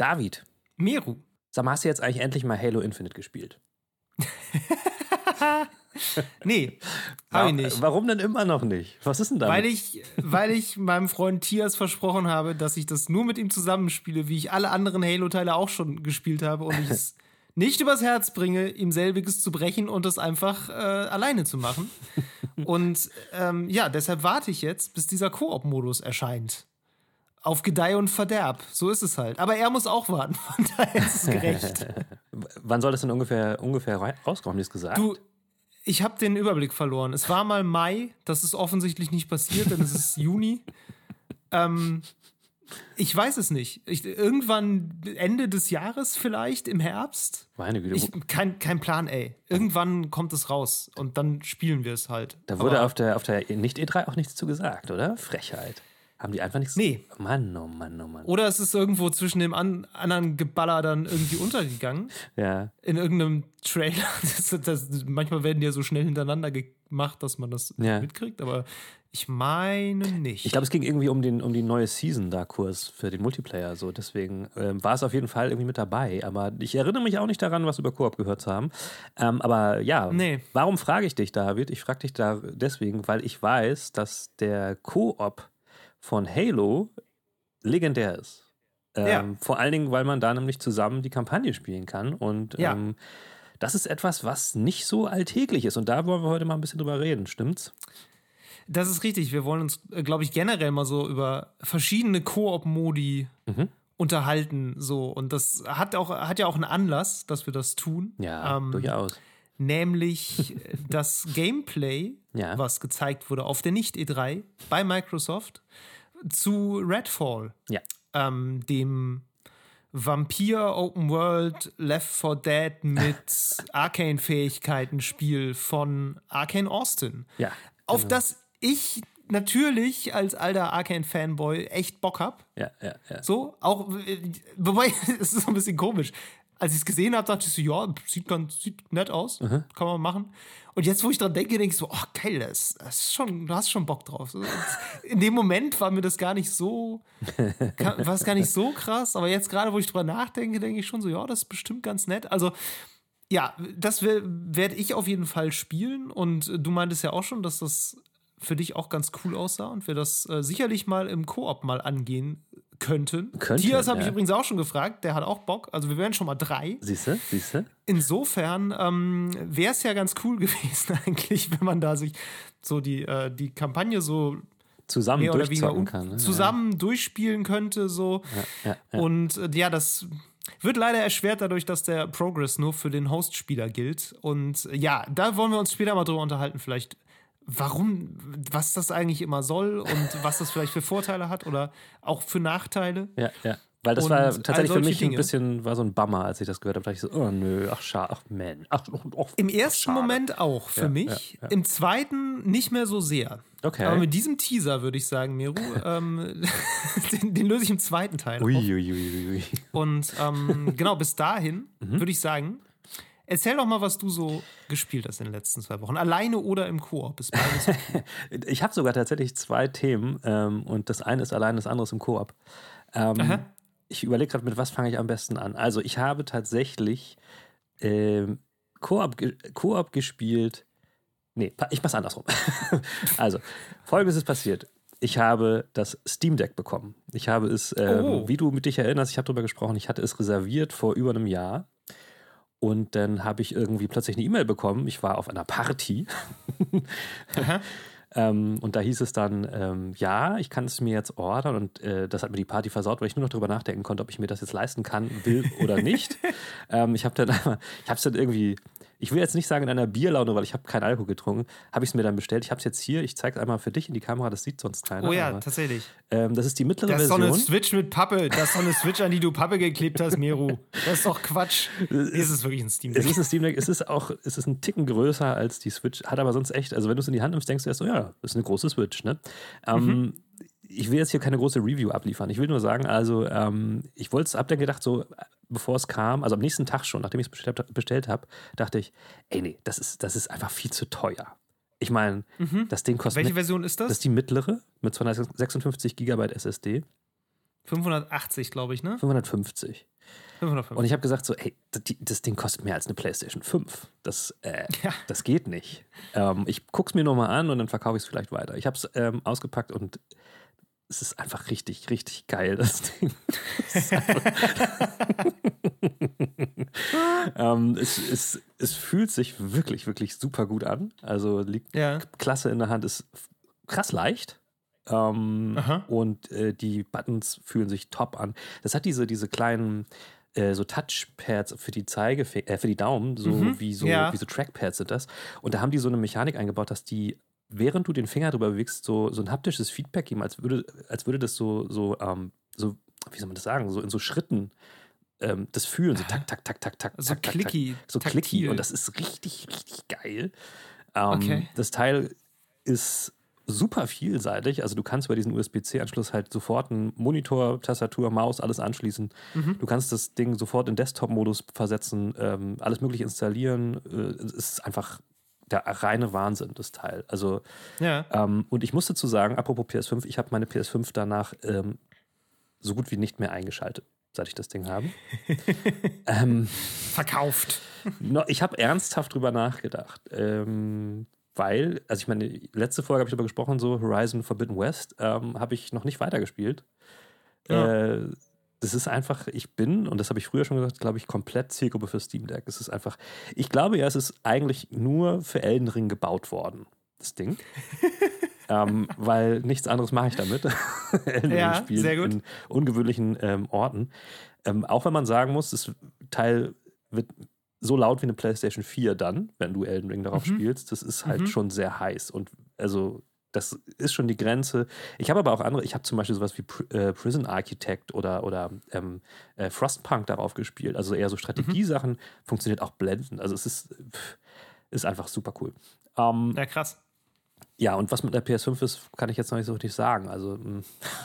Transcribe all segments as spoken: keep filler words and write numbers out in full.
David. Meru. Sag mal, hast du jetzt eigentlich endlich mal Halo Infinite gespielt? Nee, habe ich nicht. Warum denn immer noch nicht? Was ist denn da? Weil ich, weil ich meinem Freund Tias versprochen habe, dass ich das nur mit ihm zusammenspiele, wie ich alle anderen Halo-Teile auch schon gespielt habe und ich es nicht übers Herz bringe, ihm selbiges zu brechen und das einfach äh, alleine zu machen. Und ähm, ja, deshalb warte ich jetzt, bis dieser Koop-Modus erscheint. Auf Gedeih und Verderb. So ist es halt. Aber er muss auch warten, von daher ist es gerecht. Wann soll das denn ungefähr, ungefähr rauskommen, wie es gesagt? Du, ich habe den Überblick verloren. Es war mal Mai, das ist offensichtlich nicht passiert, denn es ist Juni. Ähm, ich weiß es nicht. Ich, irgendwann Ende des Jahres vielleicht, im Herbst. Meine Güte. Ich, kein, kein Plan, ey. Irgendwann kommt es raus und dann spielen wir es halt. Da wurde Aber auf der, auf der Nicht-E drei auch nichts zu gesagt, oder? Frechheit. Haben die einfach nichts... Nee. Mann, oh Mann, oh Mann. Oder es ist irgendwo zwischen dem an, anderen Geballer dann irgendwie untergegangen. Ja. In irgendeinem Trailer. Das, das, manchmal werden die ja so schnell hintereinander gemacht, dass man das Ja. mitkriegt, aber ich meine nicht. Ich glaube, es ging irgendwie um, den, um die neue Season da Kurs für den Multiplayer. So. Deswegen ähm, war es auf jeden Fall irgendwie mit dabei. Aber ich erinnere mich auch nicht daran, was über Koop gehört zu haben. Ähm, aber ja, Nee. Warum frage ich dich, David? Ich frage dich da deswegen, weil ich weiß, dass der Koop von Halo legendär ist. Ähm, Ja. Vor allen Dingen, weil man da nämlich zusammen die Kampagne spielen kann. Und Ja. ähm, das ist etwas, was nicht so alltäglich ist. Und da wollen wir heute mal ein bisschen drüber reden, stimmt's? Das ist richtig. Wir wollen uns, glaube ich, generell mal so über verschiedene Koop-Modi Mhm. unterhalten. So. Und das hat, auch, hat ja auch einen Anlass, dass wir das tun. Ja, Ähm, durchaus. Nämlich das Gameplay, Ja. was gezeigt wurde auf der Nicht-E drei bei Microsoft zu Redfall, Ja. ähm, dem Vampir Open World Left four Dead mit Arcane-Fähigkeiten Spiel von Arcane Austin. Ja. Auf genau. das ich natürlich als alter Arcane-Fanboy echt Bock hab. Ja, ja, ja. So, auch, äh, wobei, es ist so ein bisschen komisch. Als ich es gesehen habe, dachte ich so, ja, sieht ganz, sieht nett aus, kann man machen. Und jetzt, wo ich dran denke, denke ich so, oh geil, das, das ist schon, du hast schon Bock drauf. Und in dem Moment war mir das gar nicht so, war es gar nicht so krass, aber jetzt gerade, wo ich drüber nachdenke, denke ich schon so, ja, das ist bestimmt ganz nett. Also, ja, das werde ich auf jeden Fall spielen und du meintest ja auch schon, dass das für dich auch ganz cool aussah und wir das äh, sicherlich mal im Koop mal angehen könnten. Könnte, Tias habe ich ja. übrigens auch schon gefragt, der hat auch Bock. Also wir wären schon mal drei. Siehst du, siehst du? Insofern ähm, wäre es ja ganz cool gewesen eigentlich, wenn man da sich so die, äh, die Kampagne so Zusammen mehr oder weniger durchzocken un- kann. Ne? zusammen durchspielen könnte. So. Ja, ja, ja. Und äh, ja, das wird leider erschwert dadurch, dass der Progress nur für den Host-Spieler gilt. Und äh, ja, da wollen wir uns später mal drüber unterhalten, vielleicht warum, was das eigentlich immer soll und was das vielleicht für Vorteile hat oder auch für Nachteile. Ja, ja. Weil das Und war all tatsächlich für solche mich ein Dinge. bisschen, war so ein Bummer, als ich das gehört habe. Da dachte ich so, oh nö, ach schade, ach man. Ach, ach, Im ach, ersten schade. Moment auch für Ja, mich, ja, ja. im zweiten nicht mehr so sehr. Okay. Aber mit diesem Teaser würde ich sagen, Meru, ähm, den, den löse ich im zweiten Teil auf. Uiuiuiui. Und ähm, genau, bis dahin Mhm. würde ich sagen, erzähl doch mal, was du so gespielt hast in den letzten zwei Wochen. Alleine oder im Koop. Ist beides okay. Ich habe sogar tatsächlich zwei Themen ähm, und das eine ist allein, das andere ist im Koop. Ähm, Aha. ich überlege gerade, mit was fange ich am besten an. Also ich habe tatsächlich ähm, Koop, ge- Koop gespielt. Nee, pa- ich mach's andersrum. Also, Folgendes ist passiert. Ich habe das Steam Deck bekommen. Ich habe es, ähm, Oh. wie du mit dich erinnerst, ich habe darüber gesprochen, ich hatte es reserviert vor über einem Jahr. Und dann habe ich irgendwie plötzlich eine E-Mail bekommen. Ich war auf einer Party. Aha. ähm, und da hieß es dann, ähm, ja, ich kann es mir jetzt ordern. Und äh, das hat mir die Party versaut, weil ich nur noch darüber nachdenken konnte, ob ich mir das jetzt leisten kann, will oder nicht. ähm, ich habe dann, ich habe es dann irgendwie, ich will jetzt nicht sagen in einer Bierlaune, weil ich habe keinen Alkohol getrunken, habe ich es mir dann bestellt. Ich habe es jetzt hier, ich zeige es einmal für dich in die Kamera, das sieht sonst keiner. Oh ja, aber, tatsächlich. ähm, das ist die mittlere Das ist doch Version. eine Switch mit Pappe. Das ist doch eine Switch, an die du Pappe geklebt hast, Meru. Das ist doch Quatsch. Ist es wirklich ein Steam Es Deck? ist ein Steam Deck, es ist auch, es ist ein Ticken größer als die Switch, hat aber sonst echt, also wenn du es in die Hand nimmst, denkst du erst so, ja, das ist eine große Switch, ne? Ähm, Mhm. Ich will jetzt hier keine große Review abliefern. Ich will nur sagen, also ähm, ich wollte es, hab dann gedacht, so bevor es kam, also am nächsten Tag schon, nachdem ich es bestellt, bestellt habe, dachte ich, ey nee, das ist, das ist einfach viel zu teuer. Ich meine, das Ding kostet, Welche mit, Version ist das das? ist die mittlere mit zweihundertsechsundfünfzig Gigabyte S S D, fünfhundertachtzig, glaube ich, ne? fünfhundertfünfzig. fünfhundertfünf. Und ich habe gesagt so, ey, das, das Ding kostet mehr als eine PlayStation fünf. Das, äh, Ja. das geht nicht. Ähm, ich gucke es mir nochmal an und dann verkaufe ich es vielleicht weiter. Ich habe es ähm, ausgepackt und es ist einfach richtig, richtig geil, das Ding. Es, ähm, es, es, es fühlt sich wirklich, wirklich super gut an. Also liegt Ja. klasse in der Hand, ist krass leicht. Ähm, Aha. und äh, die Buttons fühlen sich top an. Das hat diese, diese kleinen äh, so Touchpads für die Zeige, äh, für die Daumen, so, Mhm. wie so Ja. wie so Trackpads sind das. Und da haben die so eine Mechanik eingebaut, dass die, während du den Finger drüber bewegst, so, so ein haptisches Feedback geben, als würde, als würde das so, so, ähm, so, wie soll man das sagen, so in so Schritten ähm, das fühlen, so tak, tak, tak, tak, tak, So tak, tak, clicky, tak, so taktil. clicky. Und das ist richtig, richtig geil. Ähm, Okay. Das Teil ist super vielseitig. Also du kannst über diesen U S B C-Anschluss halt sofort einen Monitor, Tastatur, Maus, alles anschließen. Mhm. Du kannst das Ding sofort in Desktop-Modus versetzen, ähm, alles mögliche installieren. Äh, es ist einfach der reine Wahnsinn, das Teil. Also Ja. ähm, und ich muss dazu sagen, apropos P S fünf, ich habe meine P S fünf danach ähm, so gut wie nicht mehr eingeschaltet, seit ich das Ding habe. ähm, Verkauft. no, ich habe ernsthaft drüber nachgedacht. Ähm, weil, also ich meine, letzte Folge habe ich darüber gesprochen, so Horizon Forbidden West, ähm, habe ich noch nicht weitergespielt. Ja. Äh, das ist einfach, ich bin, und das habe ich früher schon gesagt, glaube ich, komplett Zielgruppe für Steam Deck. Es ist einfach, ich glaube ja, es ist eigentlich nur für Elden Ring gebaut worden, das Ding. ähm, weil nichts anderes mache ich damit. Elden Ring Ja, spielen sehr gut. in ungewöhnlichen ähm, Orten. Ähm, auch wenn man sagen muss, das Teil wird so laut wie eine PlayStation vier dann, wenn du Elden Ring darauf Mhm. spielst. Das ist halt Mhm. schon sehr heiß. Und also, das ist schon die Grenze. Ich habe aber auch andere, ich habe zum Beispiel sowas wie Pr äh, Prison Architect oder, oder ähm, äh, Frostpunk darauf gespielt. Also eher so Strategiesachen, Mhm. funktioniert auch blendend. Also es ist, pff, ist einfach super cool. Ähm, Ja, krass. ja, und was mit der P S fünf ist, kann ich jetzt noch nicht so richtig sagen. Also, mh.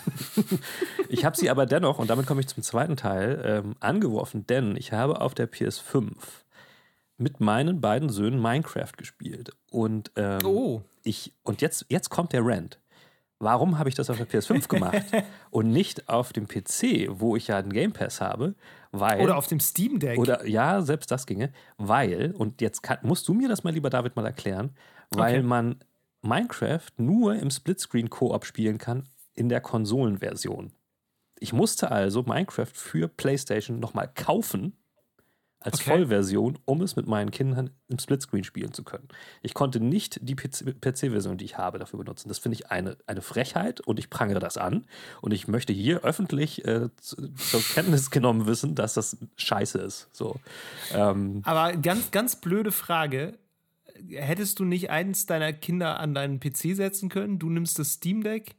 Ich habe sie aber dennoch, und damit komme ich zum zweiten Teil, ähm, angeworfen, denn ich habe auf der P S fünf mit meinen beiden Söhnen Minecraft gespielt. Und ähm, Oh. ich, und jetzt, jetzt kommt der Rant. Warum habe ich das auf der P S fünf gemacht und nicht auf dem P C, wo ich ja einen Game Pass habe? Weil, Oder auf dem Steam Deck. oder ja, selbst das ginge, weil, und jetzt kann, musst du mir das mal, lieber David, mal erklären, weil Okay. man Minecraft nur im Splitscreen-Koop spielen kann in der Konsolenversion. Ich musste also Minecraft für PlayStation nochmal kaufen als Okay. Vollversion, um es mit meinen Kindern im Splitscreen spielen zu können. Ich konnte nicht die P C-Version, die ich habe, dafür benutzen. Das finde ich eine, eine Frechheit und ich prangere das an. Und ich möchte hier öffentlich äh, zu, zur Kenntnis genommen wissen, dass das scheiße ist. So. Ähm, Aber ganz, ganz blöde Frage. Hättest du nicht eins deiner Kinder an deinen P C setzen können? Du nimmst das Steam Deck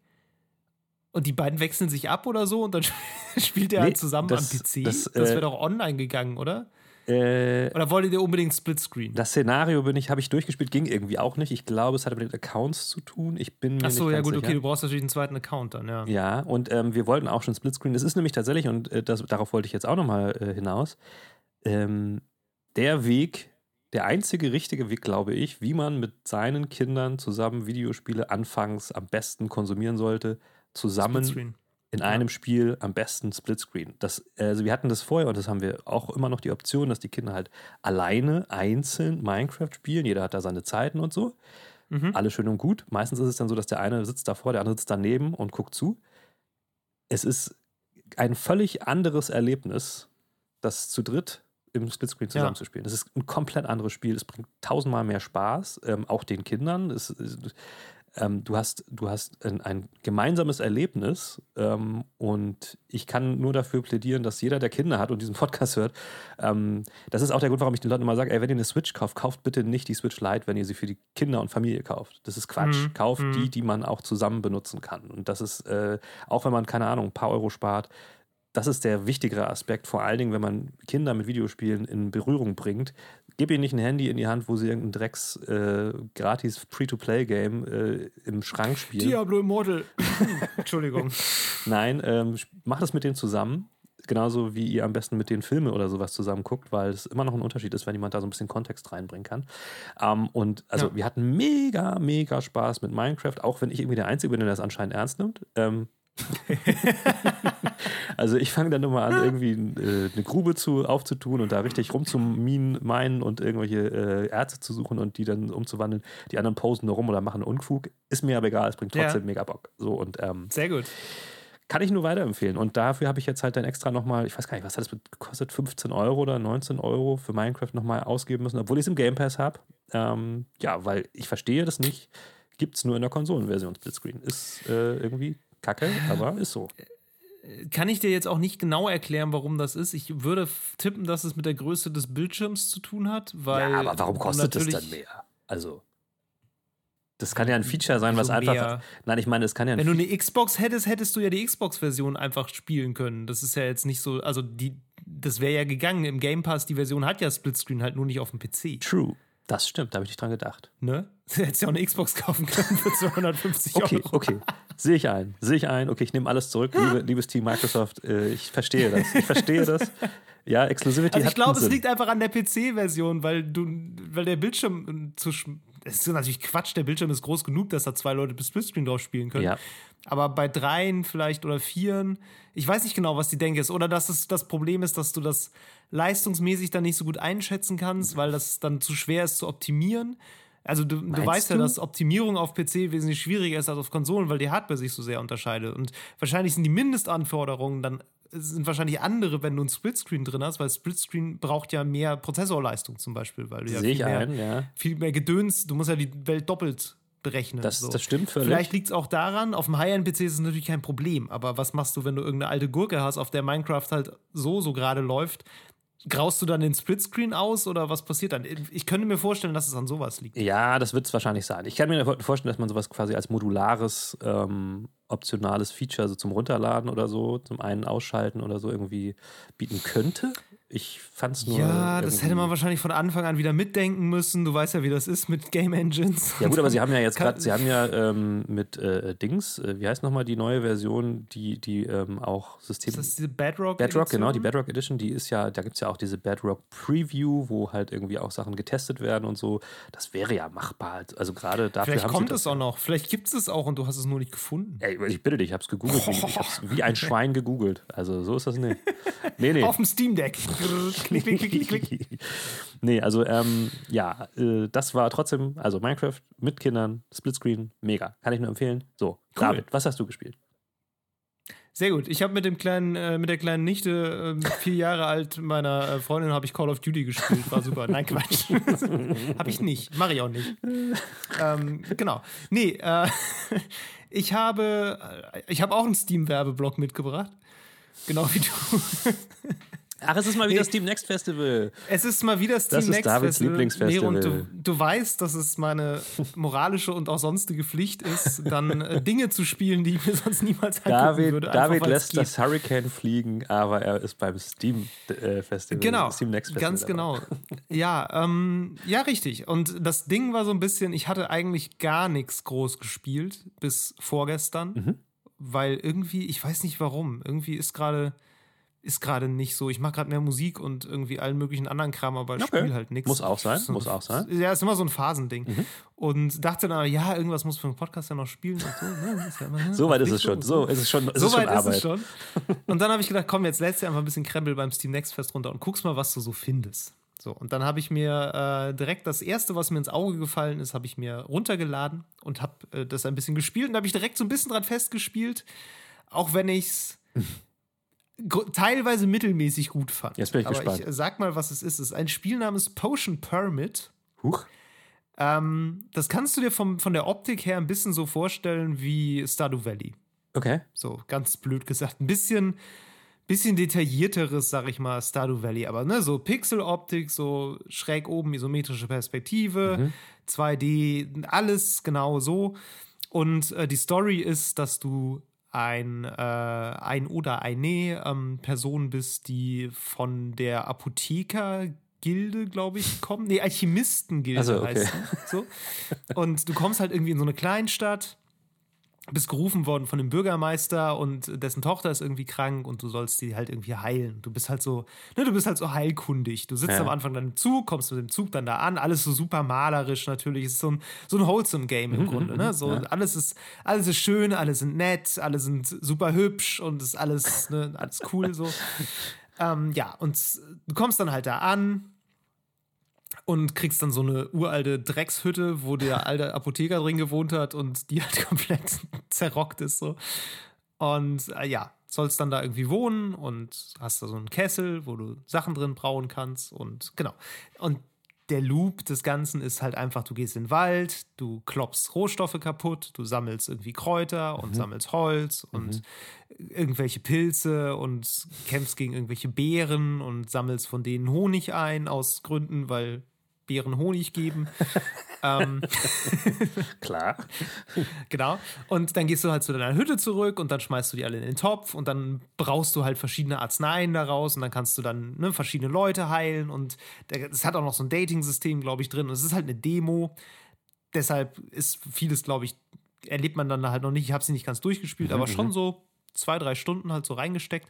und die beiden wechseln sich ab oder so und dann spielt ihr Nee, halt zusammen das- am P C? das, Das, äh, wäre doch online gegangen, oder? äh, Oder wolltet ihr unbedingt Splitscreen? Das Szenario bin ich, habe ich durchgespielt, ging irgendwie auch nicht. Ich glaube, es hatte mit den Accounts zu tun. Ich bin mir Ach so, nicht ja ganz gut, sicher. okay, du brauchst natürlich einen zweiten Account dann, ja. Ja, und ähm, wir wollten auch schon Splitscreen. Das ist nämlich tatsächlich, und äh, das, darauf wollte ich jetzt auch nochmal äh, hinaus, ähm, der Weg, der einzige richtige Weg, glaube ich, wie man mit seinen Kindern zusammen Videospiele anfangs am besten konsumieren sollte, zusammen Splitscreen. in einem Spiel am besten Splitscreen. Das, also wir hatten das vorher und das haben wir auch immer noch die Option, dass die Kinder halt alleine, einzeln Minecraft spielen. Jeder hat da seine Zeiten und so. Mhm. Alles schön und gut. Meistens ist es dann so, dass der eine sitzt davor, der andere sitzt daneben und guckt zu. Es ist ein völlig anderes Erlebnis, das zu dritt im Splitscreen zusammenzuspielen. Das ist ein komplett anderes Spiel. Es bringt tausendmal mehr Spaß, ähm, auch den Kindern. Es, es, ähm, du hast, du hast ein, ein gemeinsames Erlebnis ähm, und ich kann nur dafür plädieren, dass jeder, der Kinder hat und diesen Podcast hört, ähm, das ist auch der Grund, warum ich den Leuten immer sage, ey, wenn ihr eine Switch kauft, kauft bitte nicht die Switch Lite, wenn ihr sie für die Kinder und Familie kauft. Das ist Quatsch. Mhm. Kauft Mhm. die, die man auch zusammen benutzen kann. Und das ist, äh, auch wenn man, keine Ahnung, ein paar Euro spart, das ist der wichtigere Aspekt, vor allen Dingen, wenn man Kinder mit Videospielen in Berührung bringt. Gib ihnen nicht ein Handy in die Hand, wo sie irgendein Drecks äh, gratis Free-to-Play-Game äh, im Schrank spielen. Diablo Immortal. Entschuldigung. Nein, ähm, macht es mit denen zusammen. Genauso wie ihr am besten mit den Filmen oder sowas zusammen guckt, weil es immer noch ein Unterschied ist, wenn jemand da so ein bisschen Kontext reinbringen kann. Ähm, und also Ja. wir hatten mega, mega Spaß mit Minecraft, auch wenn ich irgendwie der Einzige bin, der das anscheinend ernst nimmt. Ähm, Also ich fange dann immer an, irgendwie äh, eine Grube zu, aufzutun und da richtig rumzuminen, meinen und irgendwelche äh, Erze zu suchen und die dann umzuwandeln. Die anderen posen nur rum oder machen Unfug. Ist mir aber egal, es bringt trotzdem Ja. mega Bock. So, und ähm, Sehr gut. kann ich nur weiterempfehlen. Und dafür habe ich jetzt halt dann extra nochmal, ich weiß gar nicht, was hat das gekostet, fünfzehn Euro oder neunzehn Euro für Minecraft nochmal ausgeben müssen, obwohl ich es im Game Pass habe. Ähm, ja, weil ich verstehe das nicht. Gibt es nur in der Konsolenversion Splitscreen. Ist äh, irgendwie kacke, aber ist so. Kann ich dir jetzt auch nicht genau erklären, warum das ist. Ich würde f- tippen, dass es mit der Größe des Bildschirms zu tun hat, weil. Ja, aber warum du kostet das natürlich- dann mehr? Also, das kann ja ein Feature sein, was Wieso einfach. mehr? Nein, ich meine, es kann ja ein Wenn du Fe- eine Xbox hättest, hättest du ja die Xbox-Version einfach spielen können. Das ist ja jetzt nicht so, also die, das wäre ja gegangen. Im Game Pass, die Version hat ja Splitscreen, halt nur nicht auf dem P C. True. Das stimmt, da habe ich nicht dran gedacht. Ne? Du hättest ja auch eine Xbox kaufen können für zweihundertfünfzig Okay, Euro. okay. Sehe ich ein. Sehe ich ein. Okay, ich nehme alles zurück. Liebe, liebes Team Microsoft, äh, ich verstehe das. Ich verstehe das. Ja, Exclusivity Also hat ich glaube, einen es Sinn. liegt einfach an der P C-Version, weil du, weil der Bildschirm zu sch- es ist natürlich Quatsch, der Bildschirm ist groß genug, dass da zwei Leute bis Splitscreen drauf spielen können. Ja. Aber bei dreien vielleicht oder vieren, ich weiß nicht genau, was die Denke ist. Oder dass es das Problem ist, dass du das leistungsmäßig dann nicht so gut einschätzen kannst, weil das dann zu schwer ist zu optimieren. Also du, du Meinst weißt ja, du? dass Optimierung auf P C wesentlich schwieriger ist als auf Konsolen, weil die Hardware sich so sehr unterscheidet. Und wahrscheinlich sind die Mindestanforderungen dann sind wahrscheinlich andere, wenn du ein Splitscreen drin hast, weil Splitscreen braucht ja mehr Prozessorleistung zum Beispiel, weil du ja Sehe ich viel, mehr, ein, ja. viel mehr Gedöns, du musst ja die Welt doppelt berechnen. Das, so. das stimmt völlig. Vielleicht liegt es auch daran, auf dem High-End-P C ist es natürlich kein Problem, aber was machst du, wenn du irgendeine alte Gurke hast, auf der Minecraft halt so, so gerade läuft? Graust du dann den Splitscreen aus oder was passiert dann? Ich könnte mir vorstellen, dass es an sowas liegt. Ja, das wird es wahrscheinlich sein. Ich kann mir vorstellen, dass man sowas quasi als modulares, ähm, optionales Feature so zum Runterladen oder so, zum einen ausschalten oder so irgendwie bieten könnte. Ich fand es nur. Ja, das irgendwie- hätte man wahrscheinlich von Anfang an wieder mitdenken müssen. Du weißt ja, wie das ist mit Game Engines. Ja gut, aber sie haben ja jetzt Kann- gerade, sie haben ja ähm, mit äh, Dings, äh, wie heißt nochmal die neue Version, die, die ähm, auch System... Ist das diese Bedrock? Bedrock, Edition? genau, die Bedrock Edition, die ist ja, da gibt es ja auch diese Bedrock Preview, wo halt irgendwie auch Sachen getestet werden und so. Das wäre ja machbar. Also gerade dafür Vielleicht haben kommt sie das es auch noch. Vielleicht gibt es es auch und du hast es nur nicht gefunden. Ey, ich bitte dich, ich hab's gegoogelt. wie- Ich hab's wie ein Schwein gegoogelt. Also so ist das nicht. Nee, nee. Auf dem Steam Deck. klick, klick, klick, klick, klick. Nee, also ähm, ja, äh, das war trotzdem, also Minecraft mit Kindern, Splitscreen, mega. Kann ich nur empfehlen. So, Cool. David, was hast du gespielt? Sehr gut. Ich habe mit dem kleinen, äh, mit der kleinen Nichte, äh, vier Jahre alt, meiner äh, Freundin, habe ich Call of Duty gespielt. War super. Nein, Quatsch. habe ich nicht. Mache ich auch nicht. ähm, genau. Nee, äh, ich habe, äh, ich habe auch einen Steam-Werbeblock mitgebracht. Genau wie du. Ach, es ist mal wieder Nee. Steam Next Festival. Es ist mal wieder Steam Das ist Next Davids Festival. Lieblingsfestival. Nee, und du, du weißt, dass es meine moralische und auch sonstige Pflicht ist, dann äh, Dinge zu spielen, die ich mir sonst niemals angucken David, würde. einfach, David weil es lässt geht. das Hurricane fliegen, aber er ist beim Steam äh, Festival. Genau, Steam Next Festival ganz dabei. genau. Ja, ähm, ja, richtig. Und das Ding war so ein bisschen, ich hatte eigentlich gar nichts groß gespielt bis vorgestern, Mhm. weil irgendwie, ich weiß nicht warum, irgendwie ist gerade ist gerade nicht so. Ich mache gerade mehr Musik und irgendwie allen möglichen anderen Kram, aber ich Okay. spiele halt nichts. Muss auch sein, muss auch sein. Ja, ist immer so ein Phasending. Mhm. Und dachte dann, ja, irgendwas muss für den Podcast ja noch spielen und so. Ne? Ist ja immer, So weit ist nicht es schon. So ist es schon, es so ist schon weit ist Arbeit. es schon. Und dann habe ich gedacht, komm, jetzt lädst du einfach ein bisschen Krempel beim Steam Next Fest runter und guckst mal, was du so findest. So, und dann habe ich mir äh, direkt das erste, was mir ins Auge gefallen ist, habe ich mir runtergeladen und habe äh, das ein bisschen gespielt. Und da habe ich direkt so ein bisschen dran festgespielt, auch wenn ich es teilweise mittelmäßig gut fand. Jetzt bin ich Aber gespannt. ich äh, sag mal, was es ist. Es ist ein Spiel namens Potion Permit. Huch. Ähm, das kannst du dir vom, von der Optik her ein bisschen so vorstellen wie Stardew Valley. Okay. So, ganz blöd gesagt. Ein bisschen, bisschen detaillierteres, sag ich mal, Stardew Valley. Aber ne, so Pixeloptik, so schräg oben, isometrische Perspektive, Mhm. zwei D, alles genau so. Und äh, die Story ist, dass du ein, äh, ein oder eine ähm, Person bist, die von der Apotheker-Gilde, glaube ich, kommt. Nee, Alchemisten-Gilde Also, okay. heißt die. So. Und du kommst halt irgendwie in so eine Kleinstadt. bist gerufen worden von dem Bürgermeister und dessen Tochter ist irgendwie krank und du sollst die halt irgendwie heilen. Du bist halt so, ne, du bist halt so heilkundig. Du sitzt Ja. am Anfang dann im Zug, kommst mit dem Zug dann da an, alles so super malerisch natürlich. Es ist so ein, so ein Wholesome-Game im Grunde, ne? So, ja. alles ist, alles ist schön, alle sind nett, alle sind super hübsch und ist alles, ne, alles cool so. ähm, ja, und du kommst dann halt da an und kriegst dann so eine uralte Dreckshütte, wo der alte Apotheker drin gewohnt hat und die halt komplett zerrockt ist so. Und äh, ja, sollst dann da irgendwie wohnen und hast da so einen Kessel, wo du Sachen drin brauen kannst und genau. Und der Loop des Ganzen ist halt einfach, du gehst in den Wald, du klopfst Rohstoffe kaputt, du sammelst irgendwie Kräuter und mhm. sammelst Holz und mhm. irgendwelche Pilze und kämpfst gegen irgendwelche Beeren und sammelst von denen Honig ein, aus Gründen, weil Beeren Honig geben. ähm, Klar. Genau. Und dann gehst du halt zu deiner Hütte zurück und dann schmeißt du die alle in den Topf und dann brauchst du halt verschiedene Arzneien daraus und dann kannst du dann ne, verschiedene Leute heilen und es hat auch noch so ein Dating-System, glaube ich, drin und es ist halt eine Demo. Deshalb ist vieles, glaube ich, erlebt man dann halt noch nicht. Ich habe sie nicht ganz durchgespielt, mhm, aber schon so zwei, drei Stunden halt so reingesteckt.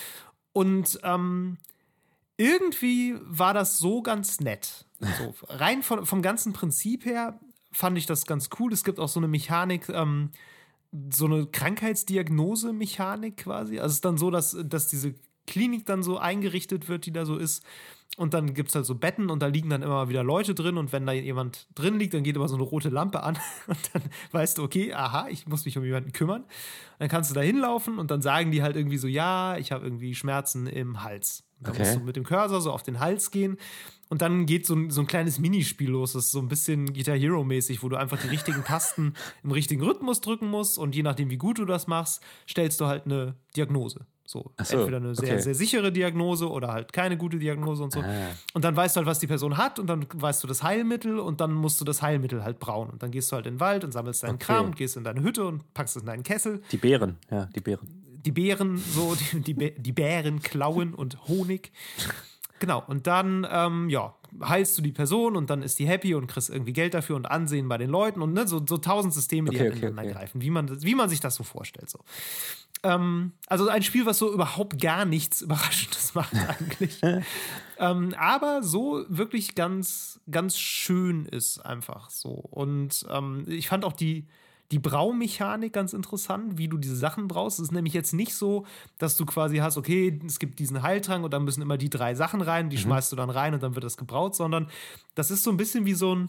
Und ähm, irgendwie war das so ganz nett. So, rein von, vom ganzen Prinzip her fand ich das ganz cool. Es gibt auch so eine Mechanik, ähm, so eine Krankheitsdiagnose-Mechanik quasi. Also es ist dann so, dass, dass diese Klinik dann so eingerichtet wird, die da so ist. Und dann gibt es halt so Betten und da liegen dann immer wieder Leute drin und wenn da jemand drin liegt, dann geht immer so eine rote Lampe an und dann weißt du, okay, aha, ich muss mich um jemanden kümmern. Dann kannst du da hinlaufen und dann sagen die halt irgendwie so, ja, ich habe irgendwie Schmerzen im Hals. Dann okay. musst du mit dem Cursor so auf den Hals gehen und dann geht so ein, so ein kleines Minispiel los. Das ist so ein bisschen Guitar Hero-mäßig, wo du einfach die richtigen Tasten im richtigen Rhythmus drücken musst und je nachdem, wie gut du das machst, stellst du halt eine Diagnose. So, so, entweder eine sehr, okay. sehr sichere Diagnose oder halt keine gute Diagnose und so. Ah. Und dann weißt du halt, was die Person hat und dann weißt du das Heilmittel und dann musst du das Heilmittel halt brauen. Und dann gehst du halt in den Wald und sammelst deinen okay. Kram und gehst in deine Hütte und packst es in deinen Kessel. Die Beeren, ja, die Beeren. Die Beeren, so, die, die, Be- die Beeren klauen und Honig. Genau, und dann, ähm, ja, heilst du die Person und dann ist die happy und kriegst irgendwie Geld dafür und Ansehen bei den Leuten und ne, so, so tausend Systeme, die okay, halt okay, ineinander okay. greifen, wie man, wie man sich das so vorstellt. So. Ähm, also ein Spiel, was so überhaupt gar nichts Überraschendes macht eigentlich. ähm, aber so wirklich ganz, ganz schön ist einfach so. Und ähm, ich fand auch die Die Braumechanik ganz interessant, wie du diese Sachen brauchst. Es ist nämlich jetzt nicht so, dass du quasi hast, okay, es gibt diesen Heiltrank und dann müssen immer die drei Sachen rein, die mhm. schmeißt du dann rein und dann wird das gebraut, sondern das ist so ein bisschen wie so ein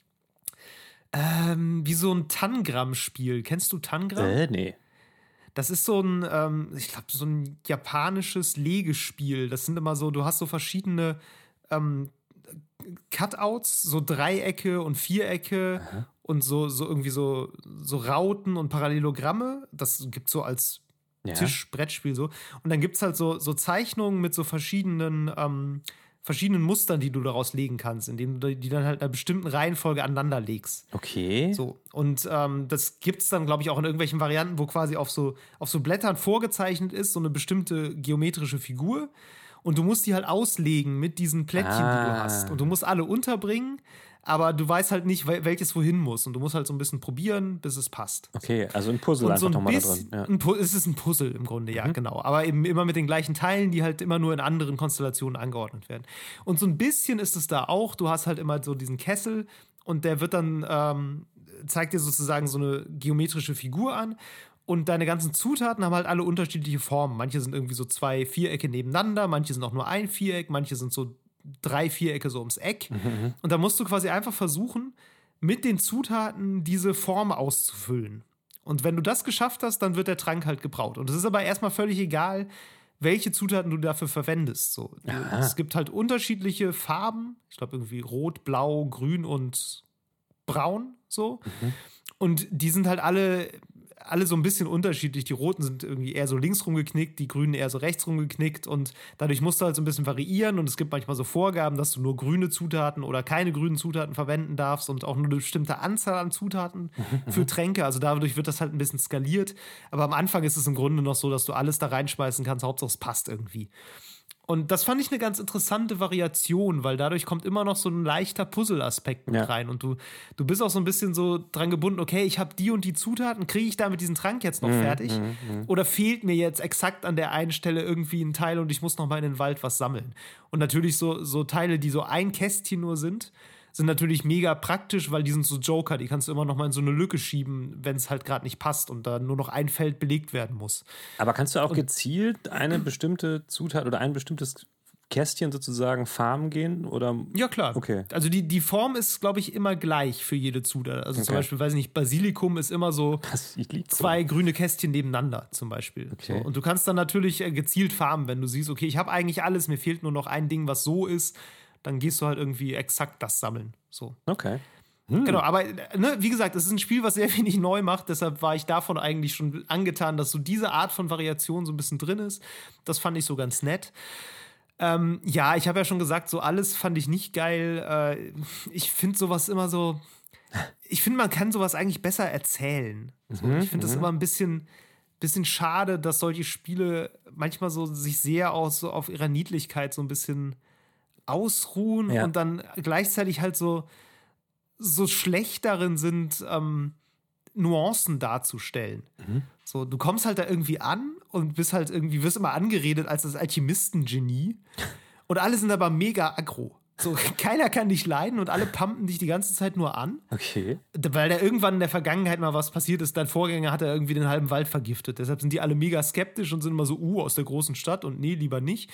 ähm, wie so ein Tangram-Spiel. Kennst du Tangram? Äh, nee. Das ist so ein, ähm, ich glaube, so ein japanisches Legespiel. Das sind immer so, du hast so verschiedene ähm, Cutouts, so Dreiecke und Vierecke Aha. und so, so irgendwie so, so Rauten und Parallelogramme. Das gibt so als ja. Tisch-Brettspiel so. Und dann gibt es halt so, so Zeichnungen mit so verschiedenen, ähm, verschiedenen Mustern, die du daraus legen kannst, indem du die dann halt in einer bestimmten Reihenfolge aneinander legst. Okay. So. Und ähm, das gibt es dann, glaube ich, auch in irgendwelchen Varianten, wo quasi auf so, auf so Blättern vorgezeichnet ist, so eine bestimmte geometrische Figur. Und du musst die halt auslegen mit diesen Plättchen, ah. die du hast. Und du musst alle unterbringen, aber du weißt halt nicht, welches wohin muss. Und du musst halt so ein bisschen probieren, bis es passt. Okay, also ein Puzzle und einfach so ein nochmal da bisschen, drin. Ja. Ein Pu- es ist ein Puzzle im Grunde, ja, mhm. genau. Aber eben immer mit den gleichen Teilen, die halt immer nur in anderen Konstellationen angeordnet werden. Und so ein bisschen ist es da auch. Du hast halt immer so diesen Kessel und der wird dann, ähm, zeigt dir sozusagen so eine geometrische Figur an. Und deine ganzen Zutaten haben halt alle unterschiedliche Formen. Manche sind irgendwie so zwei Vierecke nebeneinander, manche sind auch nur ein Viereck, manche sind so drei Vierecke so ums Eck. Mhm. Und da musst du quasi einfach versuchen, mit den Zutaten diese Form auszufüllen. Und wenn du das geschafft hast, dann wird der Trank halt gebraut. Und es ist aber erstmal völlig egal, welche Zutaten du dafür verwendest. So. Es gibt halt unterschiedliche Farben. Ich glaube irgendwie rot, blau, grün und braun. So. Mhm. Und die sind halt alle... alle so ein bisschen unterschiedlich. Die roten sind irgendwie eher so links rumgeknickt, die grünen eher so rechts rumgeknickt und dadurch musst du halt so ein bisschen variieren und es gibt manchmal so Vorgaben, dass du nur grüne Zutaten oder keine grünen Zutaten verwenden darfst und auch nur eine bestimmte Anzahl an Zutaten für Tränke. Also dadurch wird das halt ein bisschen skaliert. Aber am Anfang ist es im Grunde noch so, dass du alles da reinschmeißen kannst, Hauptsache es passt irgendwie. Und das fand ich eine ganz interessante Variation, weil dadurch kommt immer noch so ein leichter Puzzle-Aspekt mit Ja. rein. Und du, du bist auch so ein bisschen so dran gebunden, okay, ich habe die und die Zutaten, kriege ich damit diesen Trank jetzt noch fertig? Oder fehlt mir jetzt exakt an der einen Stelle irgendwie ein Teil und ich muss noch mal in den Wald was sammeln? Und natürlich so, so Teile, die so ein Kästchen nur sind, sind natürlich mega praktisch, weil die sind so Joker, die kannst du immer noch mal in so eine Lücke schieben, wenn es halt gerade nicht passt und da nur noch ein Feld belegt werden muss. Aber kannst du auch gezielt eine bestimmte Zutat oder ein bestimmtes Kästchen sozusagen farmen gehen? Oder? Ja, klar. Okay. Also die, die Form ist, glaube ich, immer gleich für jede Zutat. Also zum Okay. Beispiel, weiß ich nicht, Basilikum ist immer so Basilikum. zwei grüne Kästchen nebeneinander zum Beispiel. Okay. So. Und du kannst dann natürlich äh, gezielt farmen, wenn du siehst, okay, ich habe eigentlich alles, mir fehlt nur noch ein Ding, was so ist, dann gehst du halt irgendwie exakt das sammeln. So. Okay. Genau, aber ne, wie gesagt, es ist ein Spiel, was sehr wenig neu macht, deshalb war ich davon eigentlich schon angetan, dass so diese Art von Variation so ein bisschen drin ist. Das fand ich so ganz nett. Ähm, ja, ich habe ja schon gesagt, so alles fand ich nicht geil. Äh, ich finde sowas immer so. Ich finde, man kann sowas eigentlich besser erzählen. So, Mhm, ich finde das immer ein bisschen, bisschen schade, dass solche Spiele manchmal so sich sehr auch so auf ihrer Niedlichkeit so ein bisschen ausruhen Ja. und dann gleichzeitig halt so, so schlecht darin sind, ähm, Nuancen darzustellen. So, du kommst halt da irgendwie an und bist halt irgendwie, wirst immer angeredet als das Alchemistengenie. Und alle sind aber mega aggro. So, keiner kann dich leiden und alle pumpen dich die ganze Zeit nur an. Okay. Weil da irgendwann in der Vergangenheit mal was passiert ist. Dein Vorgänger hat ja irgendwie den halben Wald vergiftet. Deshalb sind die alle mega skeptisch und sind immer so, uh, aus der großen Stadt und nee, lieber nicht.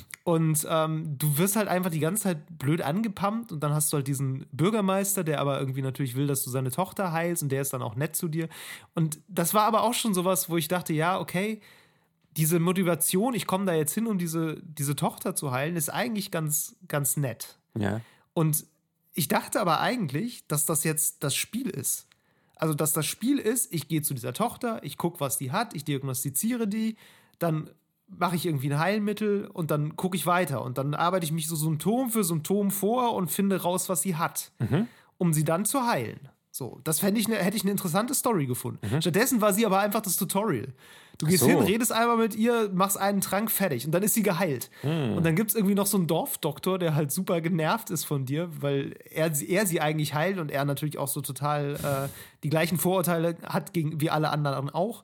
Und ähm, du wirst halt einfach die ganze Zeit blöd angepumpt und dann hast du halt diesen Bürgermeister, der aber irgendwie natürlich will, dass du seine Tochter heilst und der ist dann auch nett zu dir. Und das war aber auch schon sowas, wo ich dachte, ja, okay, diese Motivation, ich komme da jetzt hin, um diese, diese Tochter zu heilen, ist eigentlich ganz, ganz nett. Ja. Und ich dachte aber eigentlich, dass das jetzt das Spiel ist. Also, dass das Spiel ist, ich gehe zu dieser Tochter, ich gucke, was die hat, ich diagnostiziere die, dann mache ich irgendwie ein Heilmittel und dann gucke ich weiter. Und dann arbeite ich mich so Symptom für Symptom vor und finde raus, was sie hat, um sie dann zu heilen. So, das fände ich ne, hätte ich eine interessante Story gefunden. Stattdessen war sie aber einfach das Tutorial. Du gehst so. hin, redest einmal mit ihr, machst einen Trank fertig und dann ist sie geheilt. Und dann gibt es irgendwie noch so einen Dorfdoktor, der halt super genervt ist von dir, weil er, er sie eigentlich heilt und er natürlich auch so total äh, die gleichen Vorurteile hat gegen, wie alle anderen auch.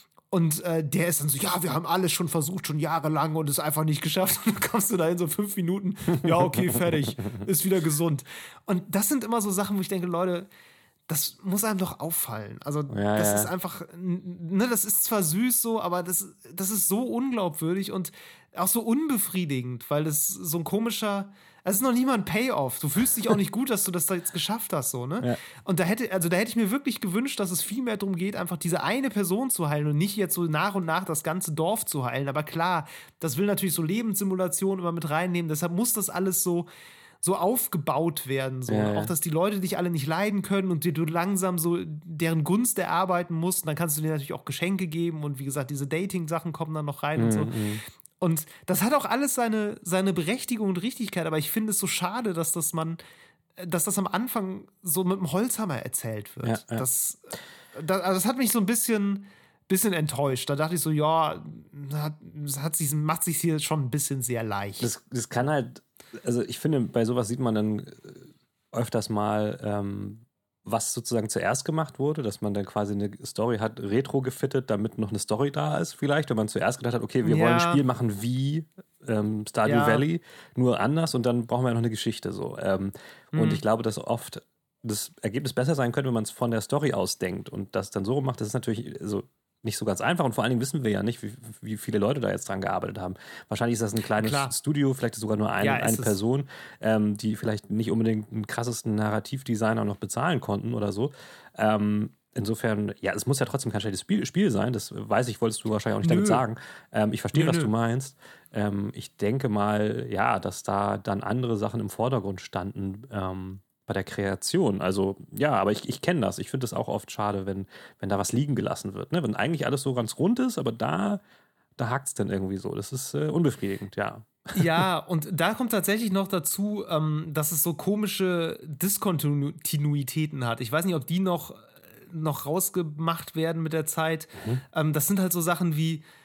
Und äh, der ist dann so, ja, wir haben alles schon versucht, schon jahrelang und es einfach nicht geschafft. Und dann kommst du da in so fünf Minuten, ja, okay, fertig, ist wieder gesund. Und das sind immer so Sachen, wo ich denke, Leute, das muss einem doch auffallen. Also, Ja, das ja. ist einfach, ne, das ist zwar süß so, aber das, das ist so unglaubwürdig und auch so unbefriedigend, weil das so ein komischer, es ist noch nie mal ein Payoff. Du fühlst dich auch nicht gut, dass du das da jetzt geschafft hast, so, ne? Ja. Und da hätte, also da hätte ich mir wirklich gewünscht, dass es viel mehr darum geht, einfach diese eine Person zu heilen und nicht jetzt so nach und nach das ganze Dorf zu heilen. Aber klar, das will natürlich so Lebenssimulationen immer mit reinnehmen, deshalb muss das alles so so aufgebaut werden. So. Ja, ja. Auch, dass die Leute dich alle nicht leiden können und dir du langsam so deren Gunst erarbeiten musst. Und dann kannst du dir natürlich auch Geschenke geben und wie gesagt, diese Dating-Sachen kommen dann noch rein und so. Und das hat auch alles seine, seine Berechtigung und Richtigkeit, aber ich finde es so schade, dass das man, dass das am Anfang so mit dem Holzhammer erzählt wird. Ja, ja. Das, das, also das hat mich so ein bisschen, bisschen enttäuscht. Da dachte ich so, ja, hat, hat sich, macht sich hier schon ein bisschen sehr leicht. Das, das kann halt, also ich finde, bei sowas sieht man dann äh, öfters mal, ähm, was sozusagen zuerst gemacht wurde, dass man dann quasi eine Story hat, retro gefittet, damit noch eine Story da ist vielleicht, wenn man zuerst gedacht hat, okay, wir Ja. wollen ein Spiel machen wie ähm, Stardew Ja. Valley, nur anders und dann brauchen wir ja noch eine Geschichte so. Ähm, Mhm. Und ich glaube, dass oft das Ergebnis besser sein könnte, wenn man es von der Story aus denkt und das dann so macht, das ist natürlich so nicht so ganz einfach und vor allen Dingen wissen wir ja nicht, wie, wie viele Leute da jetzt dran gearbeitet haben. Wahrscheinlich ist das ein kleines Klar. Studio, vielleicht sogar nur eine, Ja, ist eine es. Person, ähm, die vielleicht nicht unbedingt einen krassesten Narrativdesigner noch bezahlen konnten oder so. Ähm, insofern, ja, es muss ja trotzdem kein schlechtes Spiel, Spiel sein, das weiß ich, wolltest du wahrscheinlich auch nicht Nö. damit sagen. Ähm, ich verstehe, Nö, was nö. du meinst. Ähm, ich denke mal, ja, dass da dann andere Sachen im Vordergrund standen, ähm, bei der Kreation. Also ja, aber ich, ich kenne das. Ich finde es auch oft schade, wenn, wenn da was liegen gelassen wird. Ne? Wenn eigentlich alles so ganz rund ist, aber da, da hakt es dann irgendwie so. Das ist äh, unbefriedigend, ja. Ja, und da kommt tatsächlich noch dazu, ähm, dass es so komische Diskontinuitäten hat. Ich weiß nicht, ob die noch, noch rausgemacht werden mit der Zeit. Ähm, das sind halt so Sachen wie,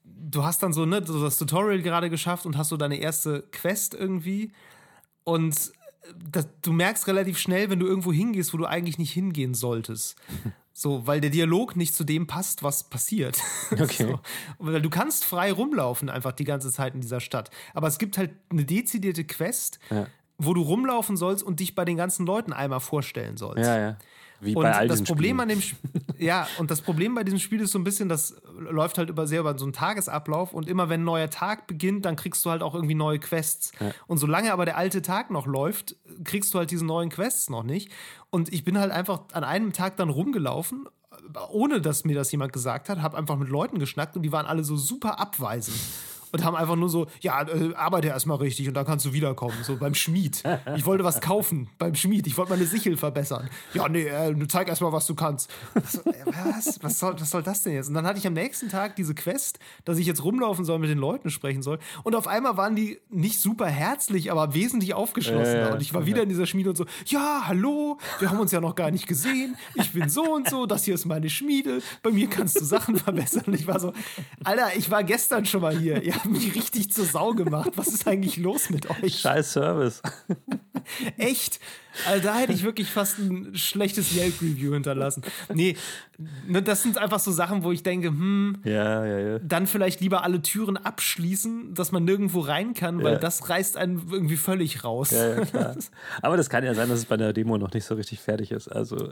du hast dann so, ne, so das Tutorial gerade geschafft und hast so deine erste Quest irgendwie und das, du merkst relativ schnell, wenn du irgendwo hingehst, wo du eigentlich nicht hingehen solltest. So, weil der Dialog nicht zu dem passt, was passiert. Okay. So. Weil du kannst frei rumlaufen einfach die ganze Zeit in dieser Stadt. Aber es gibt halt eine dezidierte Quest, ja. wo du rumlaufen sollst und dich bei den ganzen Leuten einmal vorstellen sollst. Ja, ja. Wie und bei all das diesen Problem Spielen. an dem ja, und das Problem bei diesem Spiel ist so ein bisschen, das läuft halt über sehr über so einen Tagesablauf und immer wenn ein neuer Tag beginnt, dann kriegst du halt auch irgendwie neue Quests. Ja. Und solange aber der alte Tag noch läuft, kriegst du halt diese neuen Quests noch nicht. Und ich bin halt einfach an einem Tag dann rumgelaufen, ohne dass mir das jemand gesagt hat, habe einfach mit Leuten geschnackt und die waren alle so super abweisend. Und haben einfach nur so, ja, äh, arbeite erstmal richtig und dann kannst du wiederkommen, so beim Schmied. Ich wollte was kaufen beim Schmied, ich wollte meine Sichel verbessern. Ja, nee, äh, zeig erstmal, was du kannst. So, äh, was? Was soll, was soll das denn jetzt? Und dann hatte ich am nächsten Tag diese Quest, dass ich jetzt rumlaufen soll, mit den Leuten sprechen soll. Und auf einmal waren die nicht super herzlich, aber wesentlich aufgeschlossener. Äh, und ich war wieder in dieser Schmiede und so, ja, hallo, wir haben uns ja noch gar nicht gesehen. Ich bin so und so, das hier ist meine Schmiede. Bei mir kannst du Sachen verbessern. Und ich war so, Alter, ich war gestern schon mal hier. Ihr habt mich richtig zur Sau gemacht. Was ist eigentlich los mit euch? Scheiß Service. Echt? Also da hätte ich wirklich fast ein schlechtes Yelp-Review hinterlassen. Nee, das sind einfach so Sachen, wo ich denke, hm, ja, ja, ja. dann vielleicht lieber alle Türen abschließen, dass man nirgendwo rein kann, weil ja. das reißt einen irgendwie völlig raus. Ja, ja, klar. Aber das kann ja sein, dass es bei der Demo noch nicht so richtig fertig ist. Also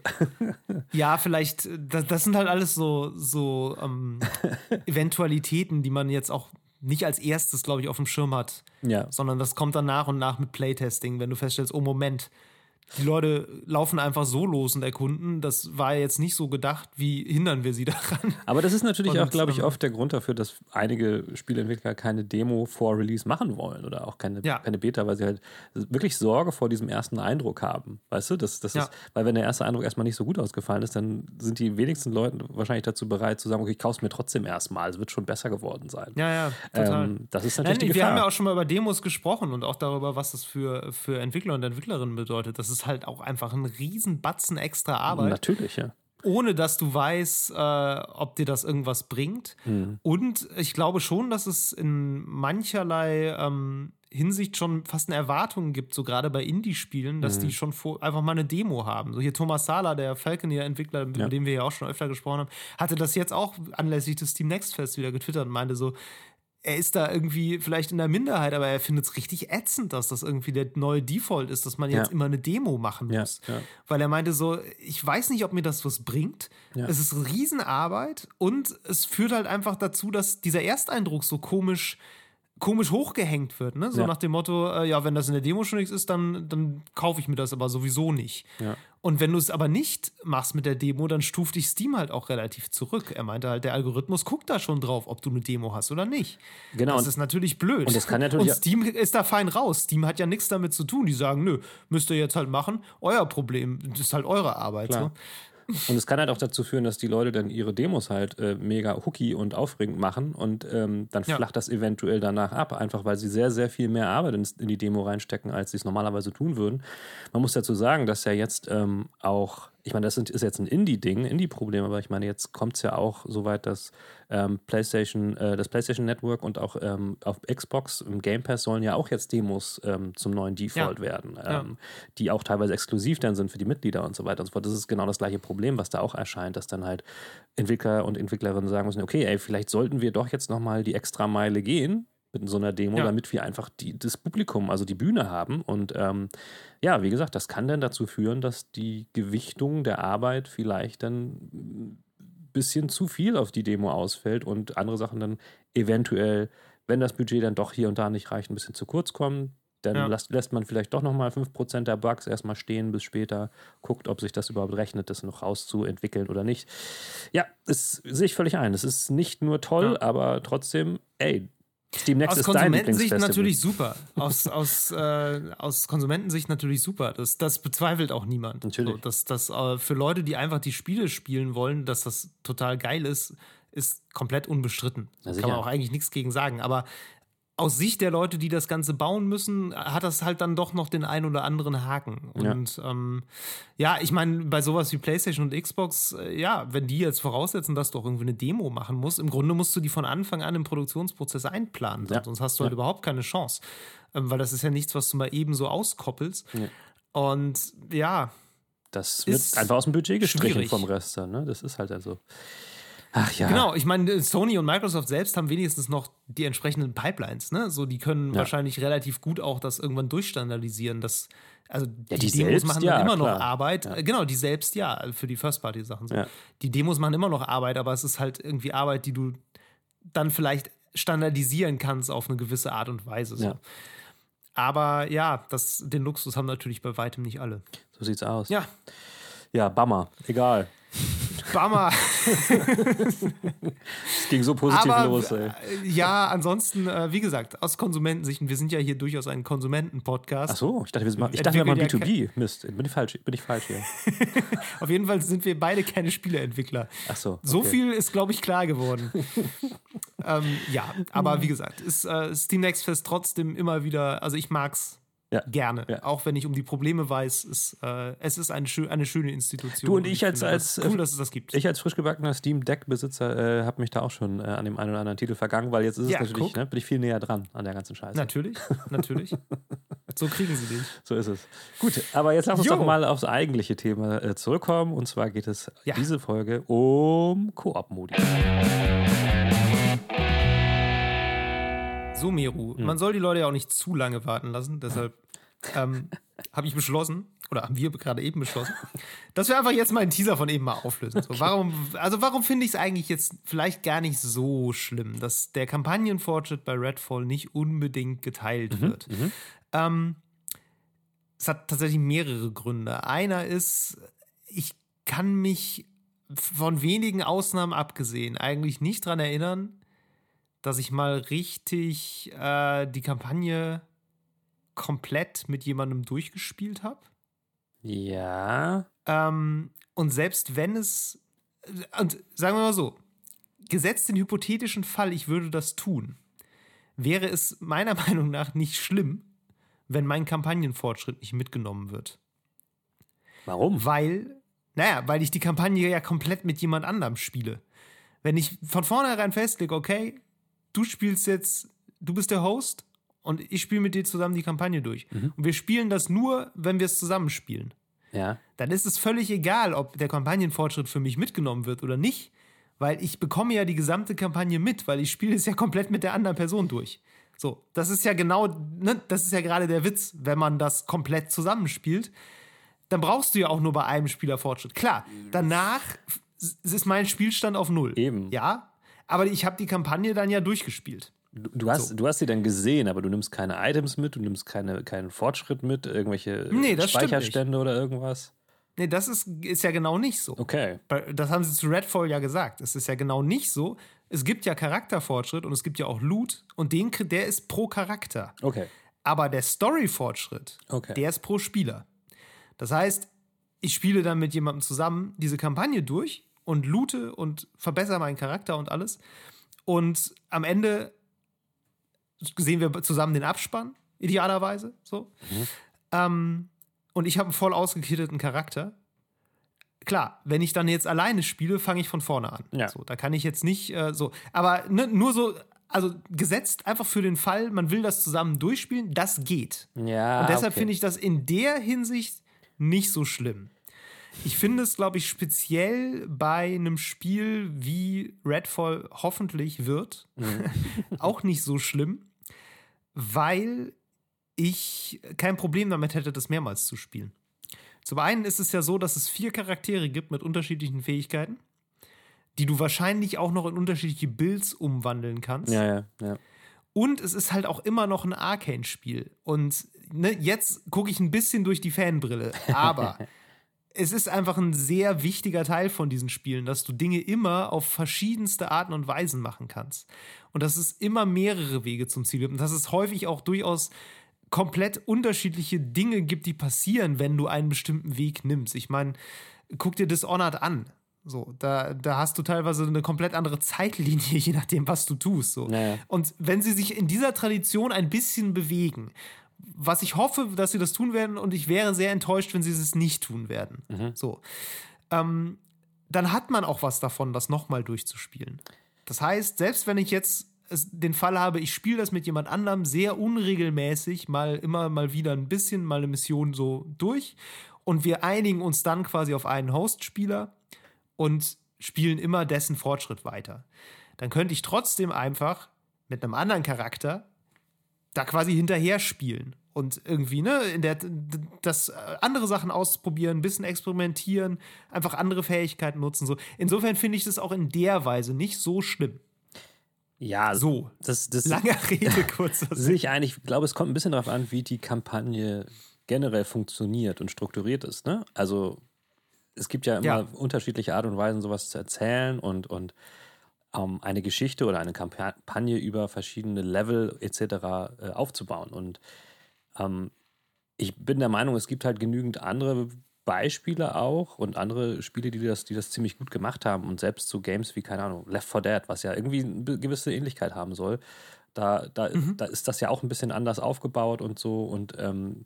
ja, vielleicht, das, das sind halt alles so, so ähm, Eventualitäten, die man jetzt auch nicht als erstes, glaube ich, auf dem Schirm hat, ja. sondern das kommt dann nach und nach mit Playtesting, wenn du feststellst, oh Moment, die Leute laufen einfach so los und erkunden. Das war jetzt nicht so gedacht, wie hindern wir sie daran. Aber das ist natürlich und, auch, glaube ich, oft der Grund dafür, dass einige Spieleentwickler keine Demo vor Release machen wollen oder auch keine, ja. keine Beta, weil sie halt wirklich Sorge vor diesem ersten Eindruck haben. Weißt du, das, das ja. ist, weil wenn der erste Eindruck erstmal nicht so gut ausgefallen ist, dann sind die wenigsten Leute wahrscheinlich dazu bereit zu sagen, okay, ich kaufe es mir trotzdem erstmal, es wird schon besser geworden sein. Ja, ja, total. Ähm, das ist natürlich Nein, die wir Gefahr. haben ja auch schon mal über Demos gesprochen und auch darüber, was das für, für Entwickler und Entwicklerinnen bedeutet. Das ist halt auch einfach ein Riesenbatzen extra Arbeit. Natürlich, ja. Ohne dass du weißt, äh, ob dir das irgendwas bringt. Mhm. Und ich glaube schon, dass es in mancherlei ähm, Hinsicht schon fast eine Erwartung gibt, so gerade bei Indie-Spielen, dass mhm. die schon vor, einfach mal eine Demo haben. So hier Thomas Sala, der Falconeer-Entwickler, ja. mit dem wir ja auch schon öfter gesprochen haben, hatte das jetzt auch anlässlich des Steam Next Fest wieder getwittert und meinte so, er ist da irgendwie vielleicht in der Minderheit, aber er findet es richtig ätzend, dass das irgendwie der neue Default ist, dass man jetzt ja. immer eine Demo machen muss. Ja, ja. Weil er meinte so, ich weiß nicht, ob mir das was bringt. Ja. Es ist eine Riesenarbeit und es führt halt einfach dazu, dass dieser Ersteindruck so komisch komisch hochgehängt wird, ne? So ja. nach dem Motto, äh, ja, wenn das in der Demo schon nichts ist, dann, dann kaufe ich mir das aber sowieso nicht. Ja. Und wenn du es aber nicht machst mit der Demo, dann stuft dich Steam halt auch relativ zurück. Er meinte halt, der Algorithmus guckt da schon drauf, ob du eine Demo hast oder nicht. Genau. Das ist natürlich blöd. Und, das kann natürlich und Steam ist da fein raus. Steam hat ja nichts damit zu tun. Die sagen, nö, müsst ihr jetzt halt machen, euer Problem, das ist halt eure Arbeit. So. Und es kann halt auch dazu führen, dass die Leute dann ihre Demos halt äh, mega hooky und aufregend machen und ähm, dann ja. flacht das eventuell danach ab, einfach weil sie sehr, sehr viel mehr Arbeit in, in die Demo reinstecken, als sie es normalerweise tun würden. Man muss dazu sagen, dass ja jetzt ähm, auch, ich meine, das ist jetzt ein Indie-Ding, ein Indie-Problem, aber ich meine, jetzt kommt es ja auch so weit, dass ähm, PlayStation, äh, das PlayStation Network und auch ähm, auf Xbox im Game Pass sollen ja auch jetzt Demos ähm, zum neuen Default ja. werden, ähm, ja. die auch teilweise exklusiv dann sind für die Mitglieder und so weiter und so fort. Das ist genau das gleiche Problem, was da auch erscheint, dass dann halt Entwickler und Entwicklerinnen sagen müssen, okay, ey, vielleicht sollten wir doch jetzt nochmal die Extrameile gehen mit so einer Demo, ja. damit wir einfach die, das Publikum, also die Bühne haben. Und ähm, ja, wie gesagt, das kann dann dazu führen, dass die Gewichtung der Arbeit vielleicht dann ein bisschen zu viel auf die Demo ausfällt und andere Sachen dann eventuell, wenn das Budget dann doch hier und da nicht reicht, ein bisschen zu kurz kommen. Dann ja. lässt, lässt man vielleicht doch nochmal fünf Prozent der Bugs erstmal stehen, bis später guckt, ob sich das überhaupt rechnet, das noch rauszuentwickeln oder nicht. Ja, das sehe ich völlig ein. Es ist nicht nur toll, ja. aber trotzdem, ey, Steam Next aus ist dein Konsumentensicht Lieblingsfestival. natürlich super. Aus, aus, äh, aus Konsumentensicht natürlich super. Das, das bezweifelt auch niemand. Natürlich. So, dass das äh, für Leute, die einfach die Spiele spielen wollen, dass das total geil ist, ist komplett unbestritten. Da kann man auch eigentlich nichts gegen sagen. Aber aus Sicht der Leute, die das Ganze bauen müssen, hat das halt dann doch noch den einen oder anderen Haken. Und ja, ähm, ja ich meine, bei sowas wie PlayStation und Xbox, äh, ja, wenn die jetzt voraussetzen, dass du auch irgendwie eine Demo machen musst, im Grunde musst du die von Anfang an im Produktionsprozess einplanen. Ja. Sonst hast du halt ja. überhaupt keine Chance. Ähm, weil das ist ja nichts, was du mal eben so auskoppelst. Ja. Und ja. Das wird einfach aus dem Budget gestrichen schwierig. Vom Rest dann, ne? Das ist halt also. Ach ja. Genau, ich meine, Sony und Microsoft selbst haben wenigstens noch die entsprechenden Pipelines, ne? So, die können ja. wahrscheinlich relativ gut auch das irgendwann durchstandardisieren. Das, also ja, die, die Demos selbst, machen ja, dann immer klar. noch Arbeit. Ja. Genau, die selbst ja, für die First-Party-Sachen. So. Ja. Die Demos machen immer noch Arbeit, aber es ist halt irgendwie Arbeit, die du dann vielleicht standardisieren kannst auf eine gewisse Art und Weise. So. Ja. Aber ja, das, den Luxus haben natürlich bei weitem nicht alle. So sieht's aus. Ja. Ja, Bummer. Egal. Bummer. Es ging so positiv Aber, los, ey. Ja, ansonsten, äh, wie gesagt, aus Konsumentensicht, und wir sind ja hier durchaus ein Konsumenten-Podcast. Ach so, ich dachte, wir, sind mal, ich dachte, wir machen B zwei B. Mist, bin ich falsch, bin ich falsch hier. Auf jeden Fall sind wir beide keine Spieleentwickler. Ach so. Okay. So viel ist, glaube ich, klar geworden. ähm, ja, aber wie gesagt, ist äh, Steam Next Fest trotzdem immer wieder, also ich mag's. Ja. Gerne. Ja. Auch wenn ich um die Probleme weiß, ist, äh, es ist eine, schö- eine schöne Institution. Du und ich, als, als cool, dass es das gibt. Ich als frisch gebackener Steam Deck-Besitzer äh, habe mich da auch schon äh, an dem einen oder anderen Titel vergangen, weil jetzt ist es ja, natürlich, ne, bin ich viel näher dran an der ganzen Scheiße. Natürlich, natürlich. So kriegen sie dich. So ist es. Gut, aber jetzt lass uns jo. doch mal aufs eigentliche Thema äh, zurückkommen. Und zwar geht es ja. diese Folge um Koop-Modi. So, Meru, hm. man soll die Leute ja auch nicht zu lange warten lassen, deshalb ähm, habe ich beschlossen, oder haben wir gerade eben beschlossen, dass wir einfach jetzt mal einen Teaser von eben mal auflösen. So, warum, also warum finde ich es eigentlich jetzt vielleicht gar nicht so schlimm, dass der Kampagnenfortschritt bei Redfall nicht unbedingt geteilt mhm, wird? Mhm. Ähm, es hat tatsächlich mehrere Gründe. Einer ist, ich kann mich von wenigen Ausnahmen abgesehen eigentlich nicht dran erinnern, dass ich mal richtig äh, die Kampagne komplett mit jemandem durchgespielt habe. Ja. Ähm, und selbst wenn es, und sagen wir mal so, gesetzt den hypothetischen Fall, ich würde das tun, wäre es meiner Meinung nach nicht schlimm, wenn mein Kampagnenfortschritt nicht mitgenommen wird. Warum? Weil, naja, weil ich die Kampagne ja komplett mit jemand anderem spiele. Wenn ich von vornherein festlege, okay, du spielst jetzt, du bist der Host und ich spiele mit dir zusammen die Kampagne durch. Mhm. Und wir spielen das nur, wenn wir es zusammen spielen. Ja. Dann ist es völlig egal, ob der Kampagnenfortschritt für mich mitgenommen wird oder nicht, weil ich bekomme ja die gesamte Kampagne mit, weil ich spiele es ja komplett mit der anderen Person durch. So, das ist ja genau, ne, das ist ja gerade der Witz, wenn man das komplett zusammenspielt, dann brauchst du ja auch nur bei einem Spieler Fortschritt. Klar, danach ist mein Spielstand auf Null. Eben. Ja, aber ich habe die Kampagne dann ja durchgespielt. Du, du, hast, so. du hast sie dann gesehen, aber du nimmst keine Items mit, du nimmst keine, keinen Fortschritt mit, irgendwelche nee, das Speicherstände oder irgendwas? Nee, das ist, ist ja genau nicht so. Okay. Das haben sie zu Redfall ja gesagt. Es ist ja genau nicht so. Es gibt ja Charakterfortschritt und es gibt ja auch Loot und den, der ist pro Charakter. Okay. Aber der Story-Fortschritt, okay. der ist pro Spieler. Das heißt, ich spiele dann mit jemandem zusammen diese Kampagne durch und loote und verbessere meinen Charakter und alles. Und am Ende sehen wir zusammen den Abspann, idealerweise. So. Mhm. Ähm, und ich habe einen voll ausgekitteten Charakter. Klar, wenn ich dann jetzt alleine spiele, fange ich von vorne an. Ja. So, da kann ich jetzt nicht äh, so. Aber ne, nur so, also gesetzt einfach für den Fall, man will das zusammen durchspielen, das geht. Ja, und deshalb okay. finde ich das in der Hinsicht nicht so schlimm. Ich finde es, glaube ich, speziell bei einem Spiel wie Redfall hoffentlich wird, mhm. auch nicht so schlimm, weil ich kein Problem damit hätte, das mehrmals zu spielen. Zum einen ist es ja so, dass es vier Charaktere gibt mit unterschiedlichen Fähigkeiten, die du wahrscheinlich auch noch in unterschiedliche Builds umwandeln kannst. Ja, ja, ja. Und es ist halt auch immer noch ein Arcane-Spiel. Und ne, jetzt gucke ich ein bisschen durch die Fanbrille, aber es ist einfach ein sehr wichtiger Teil von diesen Spielen, dass du Dinge immer auf verschiedenste Arten und Weisen machen kannst. Und dass es immer mehrere Wege zum Ziel gibt. Und dass es häufig auch durchaus komplett unterschiedliche Dinge gibt, die passieren, wenn du einen bestimmten Weg nimmst. Ich meine, guck dir Dishonored an. So, da, da hast du teilweise eine komplett andere Zeitlinie, je nachdem, was du tust. So. Naja. Und wenn sie sich in dieser Tradition ein bisschen bewegen, was ich hoffe, dass sie das tun werden, und ich wäre sehr enttäuscht, wenn sie es nicht tun werden. Mhm. So. Ähm, dann hat man auch was davon, das nochmal durchzuspielen. Das heißt, selbst wenn ich jetzt es, den Fall habe, ich spiele das mit jemand anderem sehr unregelmäßig, mal immer mal wieder ein bisschen, mal eine Mission so durch, und wir einigen uns dann quasi auf einen Host-Spieler und spielen immer dessen Fortschritt weiter. Dann könnte ich trotzdem einfach mit einem anderen Charakter da quasi hinterher spielen und irgendwie, ne, in der, das andere Sachen ausprobieren, ein bisschen experimentieren, einfach andere Fähigkeiten nutzen. So. Insofern finde ich das auch in der Weise nicht so schlimm. Ja, so. Das, das Lange Rede, kurzer Sinn. Sehe ich eigentlich, ich glaube, es kommt ein bisschen darauf an, wie die Kampagne generell funktioniert und strukturiert ist. Ne? Also es gibt ja immer Ja. unterschiedliche Art und Weisen, sowas zu erzählen und, und um, eine Geschichte oder eine Kampagne über verschiedene Level et cetera äh, aufzubauen. Und ähm, ich bin der Meinung, es gibt halt genügend andere Beispiele auch und andere Spiele, die das, die das ziemlich gut gemacht haben. Und selbst so Games wie, keine Ahnung, Left four Dead, was ja irgendwie eine gewisse Ähnlichkeit haben soll, da, da, Mhm. da ist das ja auch ein bisschen anders aufgebaut und so. Und ähm,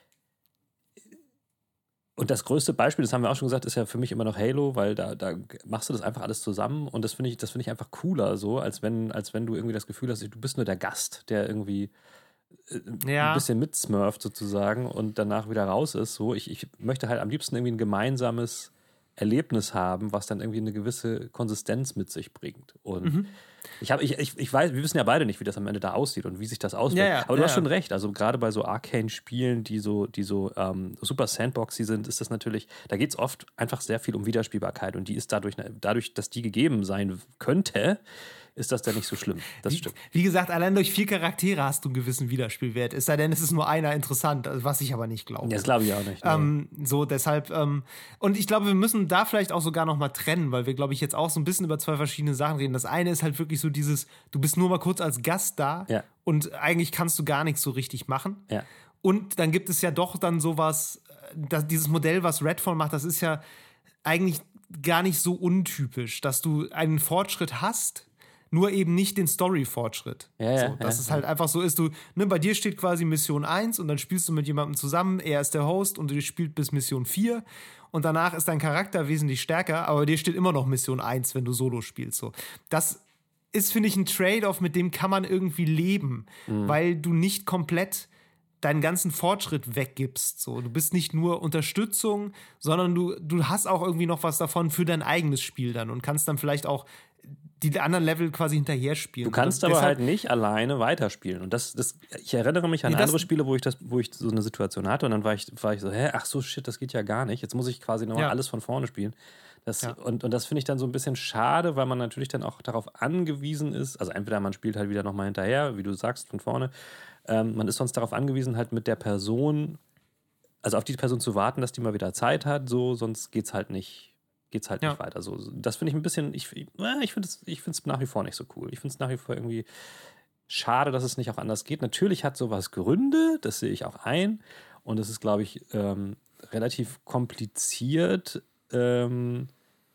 Und das größte Beispiel, das haben wir auch schon gesagt, ist ja für mich immer noch Halo, weil da, da machst du das einfach alles zusammen und das finde ich, das finde ich einfach cooler so, als wenn, als wenn du irgendwie das Gefühl hast, du bist nur der Gast, der irgendwie äh, Ja. ein bisschen mitsmurft sozusagen und danach wieder raus ist. So, ich, ich möchte halt am liebsten irgendwie ein gemeinsames Erlebnis haben, was dann irgendwie eine gewisse Konsistenz mit sich bringt. Und Mhm. ich, hab, ich, ich, ich weiß, wir wissen ja beide nicht, wie das am Ende da aussieht und wie sich das auswirkt. Ja, ja, Aber du ja, hast schon ja. recht. Also gerade bei so Arcane-Spielen, die so, die so ähm, super Sandboxy sind, ist das natürlich, da geht es oft einfach sehr viel um Wiederspielbarkeit und die ist dadurch, dadurch, dass die gegeben sein könnte, ist das dann nicht so schlimm. Das Wie, stimmt. wie gesagt, allein durch vier Charaktere hast du einen gewissen Wiederspielwert. Es sei denn, es ist nur einer interessant, was ich aber nicht glaube. Das glaube ich auch nicht. Nee. Ähm, so, deshalb, ähm, und ich glaube, wir müssen da vielleicht auch sogar noch mal trennen, weil wir, glaube ich, jetzt auch so ein bisschen über zwei verschiedene Sachen reden. Das eine ist halt wirklich so dieses, du bist nur mal kurz als Gast da Ja. und eigentlich kannst du gar nichts so richtig machen. Ja. Und dann gibt es ja doch dann sowas, das, dieses Modell, was Redfall macht, das ist ja eigentlich gar nicht so untypisch, dass du einen Fortschritt hast, nur eben nicht den Story-Fortschritt. Ja, ja, so, dass ja, es halt einfach so ist, du, ne, bei dir steht quasi Mission eins und dann spielst du mit jemandem zusammen, er ist der Host und du spielst bis Mission vier und danach ist dein Charakter wesentlich stärker, aber bei dir steht immer noch Mission eins, wenn du Solo spielst. So. Das ist, finde ich, ein Trade-off, mit dem kann man irgendwie leben, Mhm. weil du nicht komplett deinen ganzen Fortschritt weggibst. So. Du bist nicht nur Unterstützung, sondern du, du hast auch irgendwie noch was davon für dein eigenes Spiel dann und kannst dann vielleicht auch die anderen Level quasi hinterher spielen. Du kannst Und aber deshalb, halt nicht alleine weiterspielen. Und das, das, ich erinnere mich an Nee, das- andere Spiele, wo ich, das, wo ich so eine Situation hatte und dann war ich, war ich so, hä, ach so, shit, das geht ja gar nicht. Jetzt muss ich quasi nochmal Ja. alles von vorne spielen. Das, Ja. und, und das finde ich dann so ein bisschen schade, weil man natürlich dann auch darauf angewiesen ist, also entweder man spielt halt wieder nochmal hinterher, wie du sagst, von vorne. Ähm, man ist sonst darauf angewiesen, halt mit der Person, also auf die Person zu warten, dass die mal wieder Zeit hat, so, sonst geht's halt nicht. Geht's halt Ja. nicht weiter. So, das finde ich ein bisschen, ich, ich, äh, ich finde es ich find's nach wie vor nicht so cool. Ich finde es nach wie vor irgendwie schade, dass es nicht auch anders geht. Natürlich hat sowas Gründe, das sehe ich auch ein. Und es ist, glaube ich, ähm, relativ kompliziert. Ähm,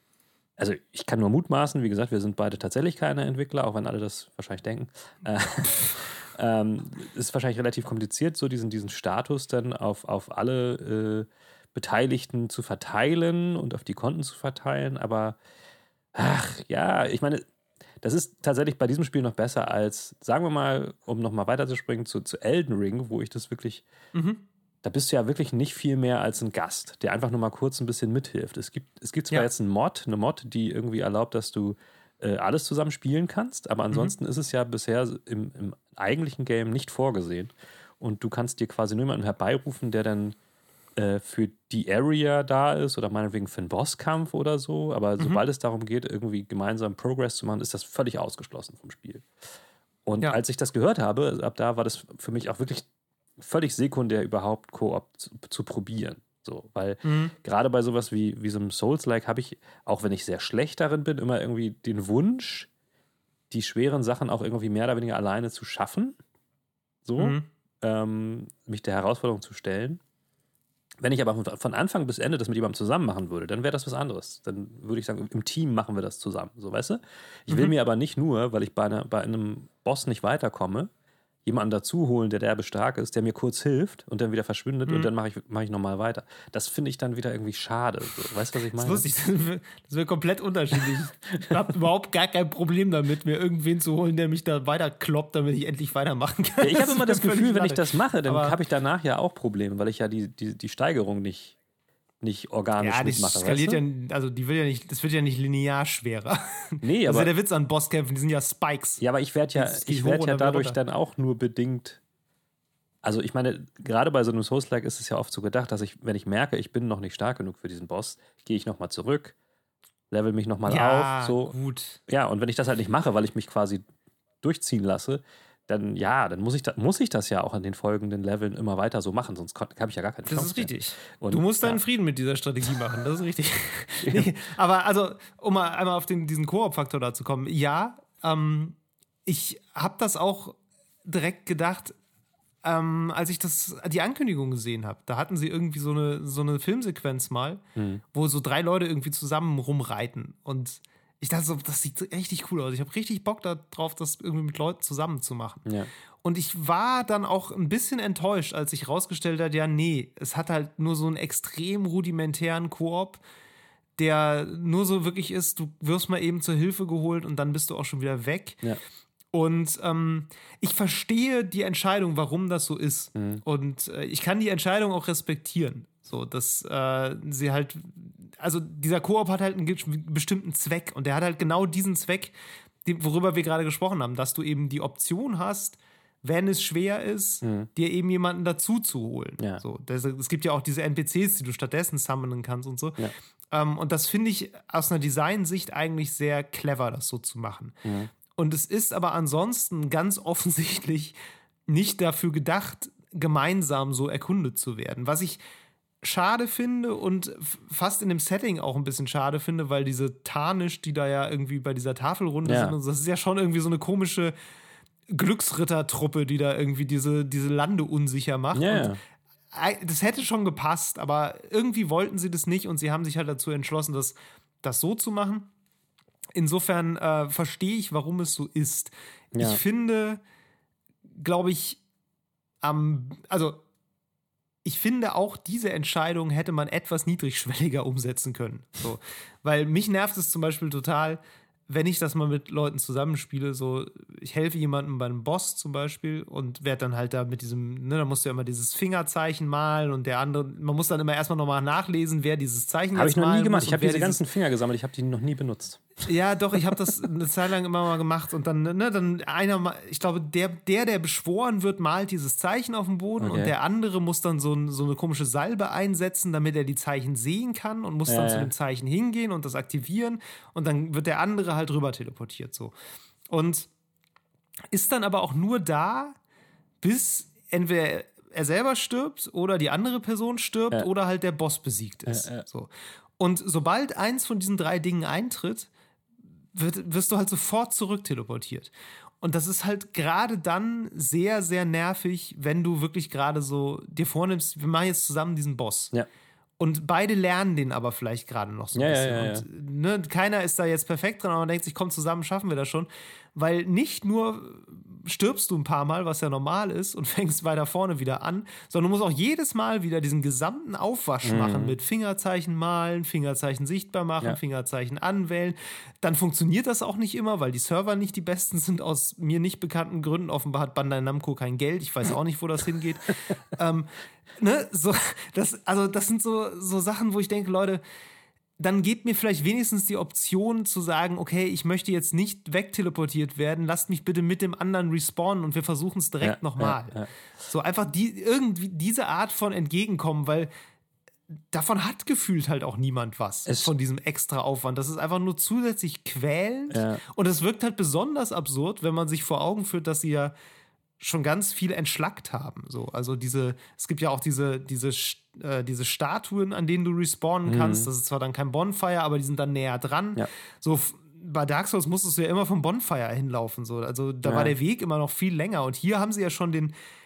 also ich kann nur mutmaßen, wie gesagt, wir sind beide tatsächlich keine Entwickler, auch wenn alle das wahrscheinlich denken. Äh, ähm, ist wahrscheinlich relativ kompliziert, so diesen, diesen Status dann auf, auf alle äh, Beteiligten zu verteilen und auf die Konten zu verteilen, aber ach ja, ich meine, das ist tatsächlich bei diesem Spiel noch besser als, sagen wir mal, um nochmal weiterzuspringen zu, zu Elden Ring, wo ich das wirklich, Mhm. da bist du ja wirklich nicht viel mehr als ein Gast, der einfach nur mal kurz ein bisschen mithilft. Es gibt, es gibt zwar Ja. jetzt einen Mod, eine Mod, die irgendwie erlaubt, dass du äh, alles zusammen spielen kannst, aber ansonsten ist es ja bisher im, im eigentlichen Game nicht vorgesehen. Und du kannst dir quasi nur jemanden herbeirufen, der dann äh, für die Area da ist oder meinetwegen für einen Bosskampf oder so. Aber Mhm. sobald es darum geht, irgendwie gemeinsam Progress zu machen, ist das völlig ausgeschlossen vom Spiel. Und Ja. als ich das gehört habe, ab da war das für mich auch wirklich völlig sekundär, überhaupt Koop zu, zu probieren. So, weil Mhm. gerade bei sowas wie, wie so einem Souls-like habe ich, auch wenn ich sehr schlecht darin bin, immer irgendwie den Wunsch, die schweren Sachen auch irgendwie mehr oder weniger alleine zu schaffen. So, Mhm. ähm, mich der Herausforderung zu stellen. Wenn ich aber von- von Anfang bis Ende das mit jemandem zusammen machen würde, dann wäre das was anderes. Dann würde ich sagen, im Team machen wir das zusammen. So, weißt du? Ich will Mhm. mir aber nicht nur, weil ich bei, einer, bei einem Boss nicht weiterkomme, jemanden dazu holen, der derbe stark ist, der mir kurz hilft und dann wieder verschwindet Mhm. und dann mache ich, mach ich nochmal weiter. Das finde ich dann wieder irgendwie schade. So, weißt du, was ich Das meine? ist lustig, das wäre wär komplett unterschiedlich. Ich habe überhaupt gar kein Problem damit, mir irgendwen zu holen, der mich da weiter kloppt, damit ich endlich weitermachen kann. Ja, ich habe immer das wär völlig Gefühl, wenn ich Latte. das mache, dann Aber- habe ich danach ja auch Probleme, weil ich ja die, die, die Steigerung nicht, nicht organisch Ja, die mitmache. skaliert weißt du? ja, also die will ja nicht, das wird ja nicht linear schwerer. Nee, Das ist aber, ja der Witz an Bosskämpfen, die sind ja Spikes. ja, aber ich werde ja, Das geht ich hoch werd und ja dann wieder dadurch runter. dann auch nur bedingt. Also ich meine, gerade bei so einem Souls-like ist es ja oft so gedacht, dass ich, wenn ich merke, ich bin noch nicht stark genug für diesen Boss, gehe ich nochmal zurück, level mich nochmal Ja, auf. So. gut. Ja, und wenn ich das halt nicht mache, weil ich mich quasi durchziehen lasse, dann ja, dann muss ich, da, muss ich das ja auch an den folgenden Leveln immer weiter so machen, sonst habe ich ja gar keine Das Chance ist mehr. richtig. Und, Du musst deinen ja. Frieden mit dieser Strategie machen, das ist richtig. Nee, aber also, um mal einmal auf den, diesen Koop-Faktor da zu kommen, ja, ähm, ich habe das auch direkt gedacht, ähm, als ich das, die Ankündigung gesehen habe. Da hatten sie irgendwie so eine, so eine Filmsequenz mal, Hm. wo so drei Leute irgendwie zusammen rumreiten. Und ich dachte so, das sieht richtig cool aus. Ich habe richtig Bock darauf, das irgendwie mit Leuten zusammen zu machen. Ja. Und ich war dann auch ein bisschen enttäuscht, als sich rausgestellt hat, ja, nee, es hat halt nur so einen extrem rudimentären Koop, der nur so wirklich ist, du wirst mal eben zur Hilfe geholt und dann bist du auch schon wieder weg. Ja. Und ähm, ich verstehe die Entscheidung, warum das so ist. Mhm. Und äh, ich kann die Entscheidung auch respektieren. So, dass äh, sie halt, also dieser Koop hat halt einen ge- bestimmten Zweck und der hat halt genau diesen Zweck, die, worüber wir gerade gesprochen haben, dass du eben die Option hast, wenn es schwer ist, Mhm. dir eben jemanden dazu zu holen. Ja. So, das, es gibt ja auch diese N P Cs, die du stattdessen summonen kannst und so. Ja. Ähm, und das finde ich aus einer Designsicht eigentlich sehr clever, das so zu machen. Mhm. Und es ist aber ansonsten ganz offensichtlich nicht dafür gedacht, gemeinsam so erkundet zu werden. Was ich schade finde und f- fast in dem Setting auch ein bisschen schade finde, weil diese Tarnisch, die da ja irgendwie bei dieser Tafelrunde Ja. sind, und so, das ist ja schon irgendwie so eine komische Glücksrittertruppe, die da irgendwie diese, diese Lande unsicher macht. Ja, Und ja. ei- das hätte schon gepasst, aber irgendwie wollten sie das nicht und sie haben sich halt dazu entschlossen, das, das so zu machen. Insofern äh, verstehe ich, warum es so ist. Ja. Ich finde, glaube ich, am, also ich finde auch diese Entscheidung hätte man etwas niedrigschwelliger umsetzen können. So. Weil mich nervt es zum Beispiel total, wenn ich das mal mit Leuten zusammenspiele, so, ich helfe jemandem bei einem Boss zum Beispiel und werde dann halt da mit diesem, ne, da musst du ja immer dieses Fingerzeichen malen und der andere, man muss dann immer erstmal nochmal nachlesen, wer dieses Zeichen Habe jetzt ich noch nie malen gemacht. muss Ich und habe wer diese dieses- ganzen Finger gesammelt, ich habe die noch nie benutzt. Ja, doch, ich habe das eine Zeit lang immer mal gemacht und dann, ne, dann einer, ma- ich glaube, der, der, der beschworen wird, malt dieses Zeichen auf dem Boden Okay. und der andere muss dann so, ein, so eine komische Salbe einsetzen, damit er die Zeichen sehen kann und muss Ja, dann ja. zu dem Zeichen hingehen und das aktivieren und dann wird der andere halt rüber teleportiert, so. Und ist dann aber auch nur da, bis entweder er selber stirbt oder die andere Person stirbt Ja. oder halt der Boss besiegt ist. Ja, ja. So. Und sobald eins von diesen drei Dingen eintritt, wird, wirst du halt sofort zurück teleportiert. Und das ist halt gerade dann sehr, sehr nervig, wenn du wirklich gerade so dir vornimmst, wir machen jetzt zusammen diesen Boss. Ja. Und beide lernen den aber vielleicht gerade noch so ein Ja, ja, bisschen. ja, ja. Und ne, keiner ist da jetzt perfekt dran, aber man denkt sich, komm, zusammen schaffen wir das schon. Weil nicht nur stirbst du ein paar Mal, was ja normal ist, und fängst weiter vorne wieder an, sondern du musst auch jedes Mal wieder diesen gesamten Aufwasch Mhm. machen mit Fingerzeichen malen, Fingerzeichen sichtbar machen, Ja. Fingerzeichen anwählen. Dann funktioniert das auch nicht immer, weil die Server nicht die besten sind, aus mir nicht bekannten Gründen. Offenbar hat Bandai Namco kein Geld. Ich weiß auch nicht, wo das hingeht. ähm, ne, so, das, also das sind so, so Sachen, wo ich denke, Leute, dann gebt mir vielleicht wenigstens die Option zu sagen, okay, ich möchte jetzt nicht wegteleportiert werden, lasst mich bitte mit dem anderen respawnen und wir versuchen es direkt Ja, nochmal. ja, ja. So einfach die, irgendwie diese Art von Entgegenkommen, weil davon hat gefühlt halt auch niemand was, Es- von diesem extra Aufwand. Das ist einfach nur zusätzlich quälend Ja. und es wirkt halt besonders absurd, wenn man sich vor Augen führt, dass sie ja schon ganz viel entschlackt haben. So, also diese, es gibt ja auch diese, diese, Sch- äh, diese Statuen, an denen du respawnen kannst. Das ist zwar dann kein Bonfire, aber die sind dann näher dran. Ja. So, f- bei Dark Souls musstest du ja immer vom Bonfire hinlaufen. So. Also da Ja. war der Weg immer noch viel länger. Und hier haben sie ja schon den,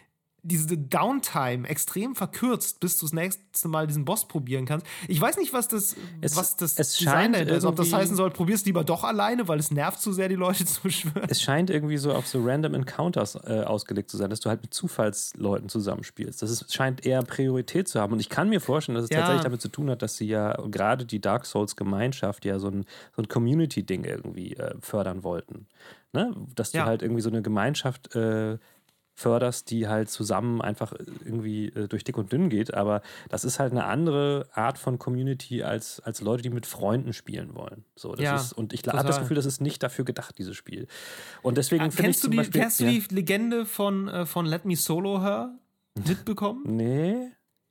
diese Downtime extrem verkürzt, bis du das nächste Mal diesen Boss probieren kannst. Ich weiß nicht, was das, es, was das es Design dahinter ist. Ob das irgendwie- heißen soll, probier's lieber doch alleine, weil es nervt zu sehr, die Leute zu beschwören. Es scheint irgendwie so auf so Random Encounters äh, ausgelegt zu sein, dass du halt mit Zufallsleuten zusammenspielst. Das ist, scheint eher Priorität zu haben. Und ich kann mir vorstellen, dass es Ja. tatsächlich damit zu tun hat, dass sie ja gerade die Dark Souls-Gemeinschaft ja so ein, so ein Community-Ding irgendwie äh, fördern wollten. Ne? Dass du Ja. halt irgendwie so eine Gemeinschaft äh, förderst, die halt zusammen einfach irgendwie äh, durch dick und dünn geht. Aber das ist halt eine andere Art von Community als, als Leute, die mit Freunden spielen wollen. So, das Ja, ist, und ich habe total. das Gefühl, das ist nicht dafür gedacht, dieses Spiel. Und deswegen Ja, finde ich kennst du zum die, Beispiel... kennst du ja. die Legende von, äh, von Let Me Solo Her mitbekommen? Nee.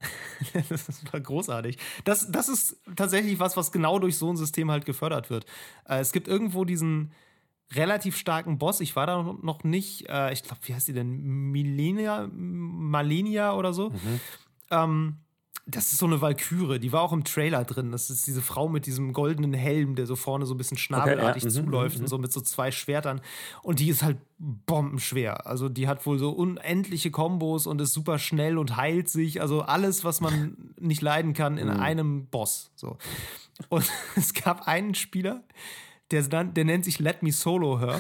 Das war großartig. Das, das ist tatsächlich was, was genau durch so ein System halt gefördert wird. Äh, es gibt irgendwo diesen relativ starken Boss. Ich war da noch nicht, äh, ich glaube, wie heißt die denn? Milenia, Malenia oder so. Mhm. Ähm, das ist so eine Walküre, die war auch im Trailer drin. Das ist diese Frau mit diesem goldenen Helm, der so vorne so ein bisschen schnabelartig Okay, ja. Mhm, zuläuft mhm, und so mit so zwei Schwertern. Und die ist halt bombenschwer. Also die hat wohl so unendliche Kombos und ist super schnell und heilt sich. Also alles, was man nicht leiden kann, in Mhm. einem Boss. So. Und es gab einen Spieler, der, der nennt sich Let Me Solo Her.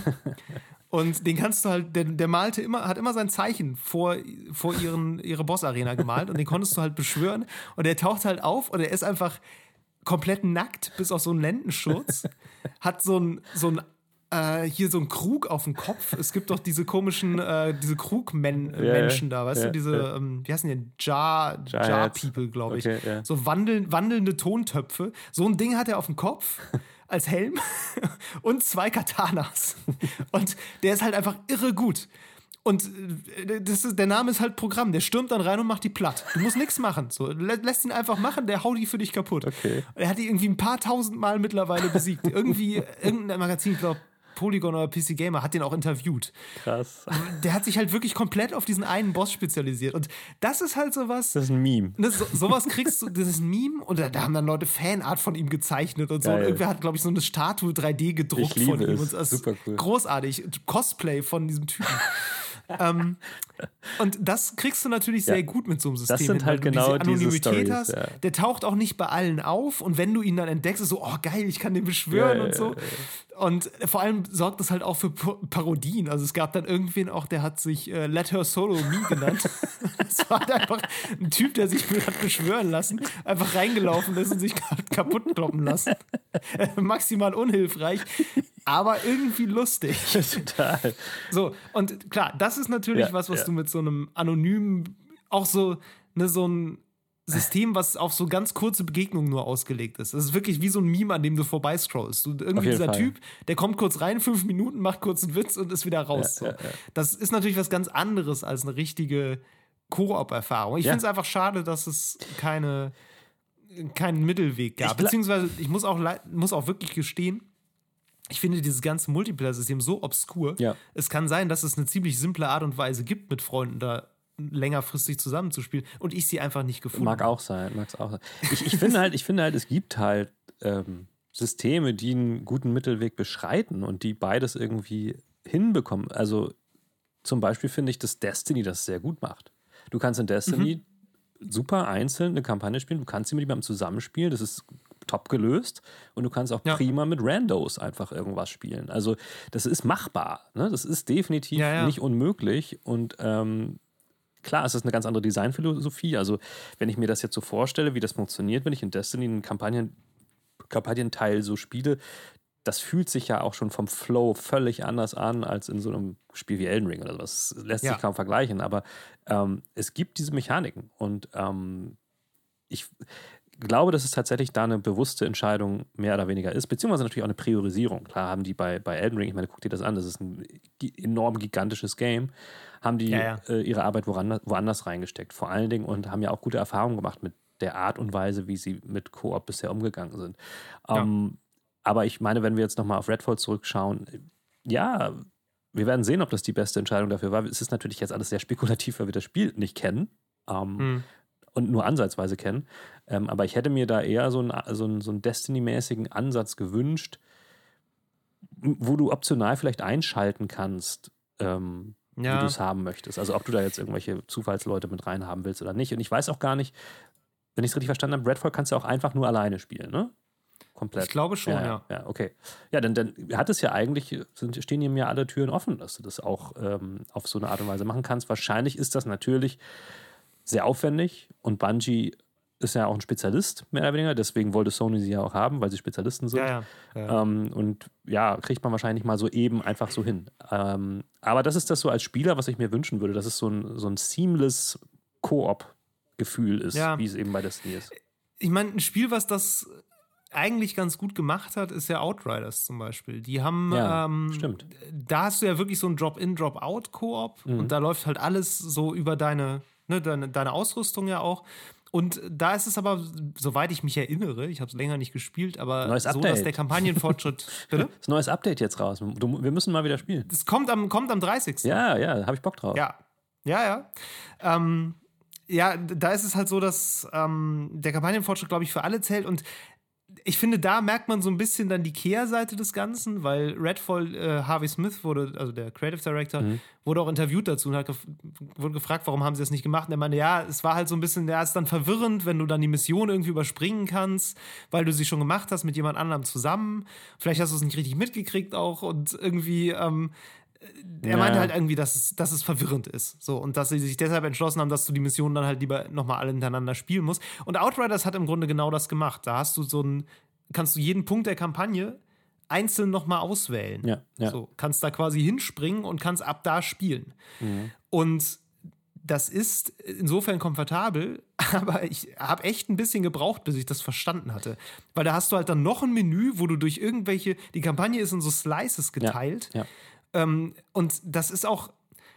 Und den kannst du halt, der, der malte immer, hat immer sein Zeichen vor, vor ihren, ihre Boss-Arena gemalt und den konntest du halt beschwören und der taucht halt auf und er ist einfach komplett nackt, bis auf so einen Lendenschutz, hat so ein, so ein äh, hier so ein Krug auf dem Kopf. Es gibt doch diese komischen, äh, diese Krugmenschen da, weißt ja, du, diese, ja. ähm, wie heißen die denn? Jar, Jar Jar Heads. People, glaube ich. Okay, ja. So wandeln, wandelnde Tontöpfe. So ein Ding hat er auf dem Kopf. Als Helm und zwei Katanas. Und der ist halt einfach irre gut. Und äh, das ist, der Name ist halt Programm. Der stürmt dann rein und macht die platt. Du musst nichts machen. So, lä lässt ihn einfach machen, der haut die für dich kaputt. Okay. Er hat die irgendwie ein paar tausend Mal mittlerweile besiegt. Irgendwie, irgendein Magazin, ich glaube, Polygon oder P C Gamer hat den auch interviewt. Krass. Der hat sich halt wirklich komplett auf diesen einen Boss spezialisiert. Und das ist halt sowas. Das ist ein Meme. Ne, so, sowas kriegst du, das ist ein Meme und da, da haben dann Leute Fanart von ihm gezeichnet und so. Geil. Und irgendwer hat, glaube ich, so eine Statue drei D gedruckt Ich liebe von ihm. es. Und das ist Super cool. Großartig. Cosplay von diesem Typen. ähm, und das kriegst du natürlich sehr Ja. gut mit so einem System. Das sind hin, halt weil du genau diese diese Anonymität Storys, hast. ja. Der taucht auch nicht bei allen auf und wenn du ihn dann entdeckst, ist so, oh geil, ich kann den beschwören Ja, und ja, so. ja, Und vor allem sorgt das halt auch für Pa- Parodien. Also es gab dann irgendwen auch, der hat sich äh, Let Her Solo Me genannt. Das war halt einfach ein Typ, der sich hat beschwören lassen, einfach reingelaufen ist und sich kaputt kloppen lassen. Maximal unhilfreich, aber irgendwie lustig. Total. So, und klar, das ist natürlich Ja, was, was ja. du mit so einem anonymen, auch so, ne, so ein System, was auf so ganz kurze Begegnungen nur ausgelegt ist. Das ist wirklich wie so ein Meme, an dem du vorbeiscrollst. Du, irgendwie Auf jeden dieser Fall. Typ, der kommt kurz rein, fünf Minuten, macht kurz einen Witz und ist wieder raus. Ja, so. ja, ja. Das ist natürlich was ganz anderes als eine richtige Koop-Erfahrung. Ich Ja. finde es einfach schade, dass es keine, keinen Mittelweg gab. Ich gla- Beziehungsweise, ich muss auch, lei- muss auch wirklich gestehen, ich finde dieses ganze Multiplayer-System so obskur. Ja. Es kann sein, dass es eine ziemlich simple Art und Weise gibt, mit Freunden da längerfristig zusammenzuspielen und ich sie einfach nicht gefunden Mag auch sein, mag's auch sein. Ich, ich finde halt, ich finde halt, es gibt halt ähm, Systeme, die einen guten Mittelweg beschreiten und die beides irgendwie hinbekommen. Also zum Beispiel finde ich, dass Destiny das sehr gut macht. Du kannst in Destiny super einzeln eine Kampagne spielen, du kannst sie mit jemandem zusammenspielen, das ist top gelöst und du kannst auch Ja. prima mit Randos einfach irgendwas spielen. Also das ist machbar, ne? Das ist definitiv Ja, ja. nicht unmöglich und ähm, klar, es ist eine ganz andere Designphilosophie. Also, wenn ich mir das jetzt so vorstelle, wie das funktioniert, wenn ich in Destiny einen Kampagnen, Kampagnenteil so spiele, das fühlt sich ja auch schon vom Flow völlig anders an als in so einem Spiel wie Elden Ring oder sowas. Das lässt Ja. sich kaum vergleichen, aber ähm, es gibt diese Mechaniken und ähm, ich glaube, dass es tatsächlich da eine bewusste Entscheidung mehr oder weniger ist, beziehungsweise natürlich auch eine Priorisierung. Klar haben die bei, bei Elden Ring, ich meine, guck dir das an, das ist ein gi- enorm gigantisches Game, haben die Ja, ja. Äh, ihre Arbeit woanders, woanders reingesteckt, vor allen Dingen, und haben ja auch gute Erfahrungen gemacht mit der Art und Weise, wie sie mit Koop bisher umgegangen sind. Ähm, aber ich meine, wenn wir jetzt nochmal auf Redfall zurückschauen, ja, wir werden sehen, ob das die beste Entscheidung dafür war. Es ist natürlich jetzt alles sehr spekulativ, weil wir das Spiel nicht kennen. Ähm, Hm. und nur ansatzweise kennen. Ähm, aber ich hätte mir da eher so einen, so einen, so einen Destiny-mäßigen Ansatz gewünscht, wo du optional vielleicht einschalten kannst, ähm, ja. wie du es haben möchtest. Also ob du da jetzt irgendwelche Zufallsleute mit reinhaben willst oder nicht. Und ich weiß auch gar nicht, wenn ich es richtig verstanden habe, Redfall kannst du auch einfach nur alleine spielen, ne? Komplett. Ich glaube schon, ja. ja. Ja, okay. Ja, dann, dann hat es ja eigentlich, sind, stehen ihm ja alle Türen offen, dass du das auch ähm, auf so eine Art und Weise machen kannst. Wahrscheinlich ist das natürlich sehr aufwendig und Bungie ist ja auch ein Spezialist, mehr oder weniger. Deswegen wollte Sony sie ja auch haben, weil sie Spezialisten sind. Ja, ja. Ja. Ähm, und ja, kriegt man wahrscheinlich mal so eben einfach so hin. Ähm, aber das ist das so als Spieler, was ich mir wünschen würde, dass es so ein, so ein seamless Koop-Gefühl ist, Ja. wie es eben bei Destiny ist. Ich meine, ein Spiel, was das eigentlich ganz gut gemacht hat, ist ja Outriders zum Beispiel. Die haben, Ja, ähm, stimmt. da hast du ja wirklich so ein Drop-in, Drop-out-Koop Mhm. und da läuft halt alles so über deine, ne, deine, deine Ausrüstung ja auch. Und da ist es aber, soweit ich mich erinnere, ich habe es länger nicht gespielt, aber Neues so, Update. dass der Kampagnenfortschritt. Bitte? Das neues Update jetzt raus. Du, wir müssen mal wieder spielen. Das kommt am, kommt am dreißigsten Ja, ja, da habe ich Bock drauf. Ja, ja, ja. Ähm, ja, da ist es halt so, dass ähm, der Kampagnenfortschritt, glaube ich, für alle zählt. Und ich finde, da merkt man so ein bisschen dann die Kehrseite des Ganzen, weil Redfall, äh, Harvey Smith wurde, also der Creative Director, Mhm. wurde auch interviewt dazu und hat gef- wurde gefragt, warum haben sie das nicht gemacht. Und er meinte, ja, es war halt so ein bisschen, ja, es ist dann verwirrend, wenn du dann die Mission irgendwie überspringen kannst, weil du sie schon gemacht hast mit jemand anderem zusammen. Vielleicht hast du es nicht richtig mitgekriegt auch und irgendwie, ähm, er Ja. meinte halt irgendwie, dass es, dass es verwirrend ist. So, und dass sie sich deshalb entschlossen haben, dass du die Missionen dann halt lieber nochmal alle hintereinander spielen musst. Und Outriders hat im Grunde genau das gemacht. Da hast du so ein, kannst du jeden Punkt der Kampagne einzeln nochmal auswählen. Ja, ja. So, kannst da quasi hinspringen und kannst ab da spielen. Mhm. Und das ist insofern komfortabel, aber ich habe echt ein bisschen gebraucht, bis ich das verstanden hatte. Weil da hast du halt dann noch ein Menü, wo du durch irgendwelche, die Kampagne ist in so Slices geteilt. Ja. Ähm, und das ist auch,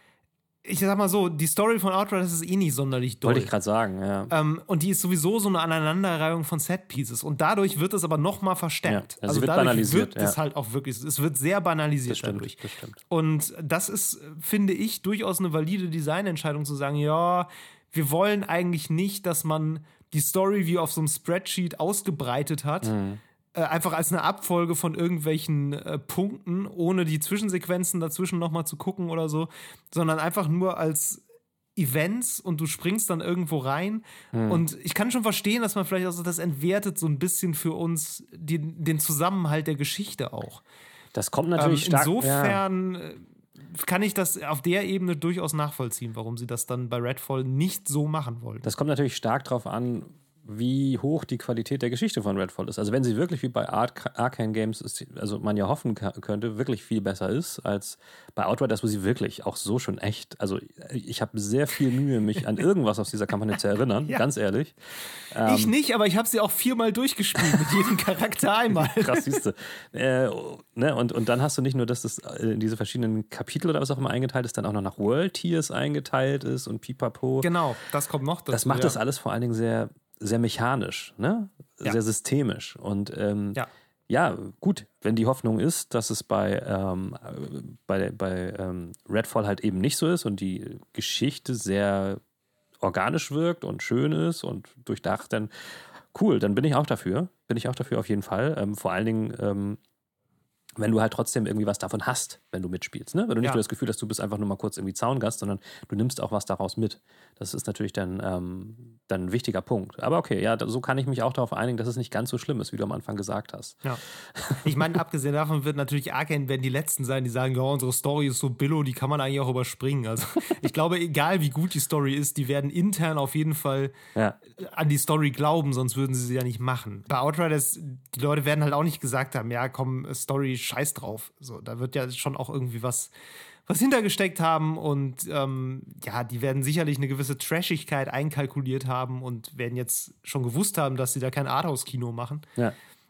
ich sag mal so, die Story von Outriders ist eh nicht sonderlich doll. Wollte ich gerade sagen, ja. Ähm, und die ist sowieso so eine Aneinanderreihung von Setpieces. Und dadurch wird es aber noch mal verstärkt. Ja, also wird dadurch banalisiert, wird es ja. halt auch wirklich, es wird sehr banalisiert Das stimmt, dadurch. das stimmt. Und das ist, finde ich, durchaus eine valide Designentscheidung zu sagen, ja, wir wollen eigentlich nicht, dass man die Story wie auf so einem Spreadsheet ausgebreitet hat, Mhm. äh, einfach als eine Abfolge von irgendwelchen äh, Punkten, ohne die Zwischensequenzen dazwischen nochmal zu gucken oder so, sondern einfach nur als Events und du springst dann irgendwo rein. Mhm. Und ich kann schon verstehen, dass man vielleicht also das entwertet so ein bisschen für uns die, den Zusammenhalt der Geschichte auch. Das kommt natürlich ähm, stark. Insofern ja. kann ich das auf der Ebene durchaus nachvollziehen, warum sie das dann bei Redfall nicht so machen wollten. Das kommt natürlich stark darauf an, wie hoch die Qualität der Geschichte von Redfall ist. Also wenn sie wirklich wie bei Arc Arcane Games, ist, also man ja hoffen könnte, wirklich viel besser ist als bei Outriders, wo sie wirklich auch so schon echt, also ich habe sehr viel Mühe, mich an irgendwas aus dieser Kampagne zu erinnern, ja. Ganz ehrlich. Ich ähm, nicht, aber ich habe sie auch viermal durchgespielt, mit jedem Charakter einmal. Krass, siehst du. Äh, ne? und, und dann hast du nicht nur, dass das in diese verschiedenen Kapitel oder was auch immer eingeteilt ist, dann auch noch nach World Tiers eingeteilt ist und pipapo. Genau, das kommt noch dazu. Das macht ja. das alles vor allen Dingen sehr sehr mechanisch, ne? Ja. Sehr systemisch. Und ähm, ja. ja, gut, wenn die Hoffnung ist, dass es bei, ähm, bei, bei ähm, Redfall halt eben nicht so ist und die Geschichte sehr organisch wirkt und schön ist und durchdacht, dann cool, dann bin ich auch dafür. Bin ich auch dafür auf jeden Fall. Ähm, vor allen Dingen, ähm, wenn du halt trotzdem irgendwie was davon hast, wenn du mitspielst. Ne? Wenn du nicht ja. nur das Gefühl hast, du bist einfach nur mal kurz irgendwie Zaungast, sondern du nimmst auch was daraus mit. Das ist natürlich dann, ähm, dann ein wichtiger Punkt. Aber okay, ja, so kann ich mich auch darauf einigen, dass es nicht ganz so schlimm ist, wie du am Anfang gesagt hast. Ja. Ich meine, abgesehen davon wird natürlich Arcane werden die Letzten sein, die sagen, ja, unsere Story ist so billo, die kann man eigentlich auch überspringen. Also ich glaube, egal wie gut die Story ist, die werden intern auf jeden Fall ja. an die Story glauben, sonst würden sie sie ja nicht machen. Bei Outriders, die Leute werden halt auch nicht gesagt haben, ja, komm, Story, scheiß drauf. So, da wird ja schon auch irgendwie was, was hintergesteckt haben und ähm, ja, die werden sicherlich eine gewisse Trashigkeit einkalkuliert haben und werden jetzt schon gewusst haben, dass sie da kein Arthouse-Kino machen. Ja.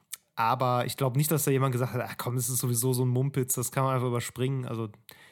Aber ich glaube nicht, dass da jemand gesagt hat, ach komm, das ist sowieso so ein Mumpitz, das kann man einfach überspringen. Also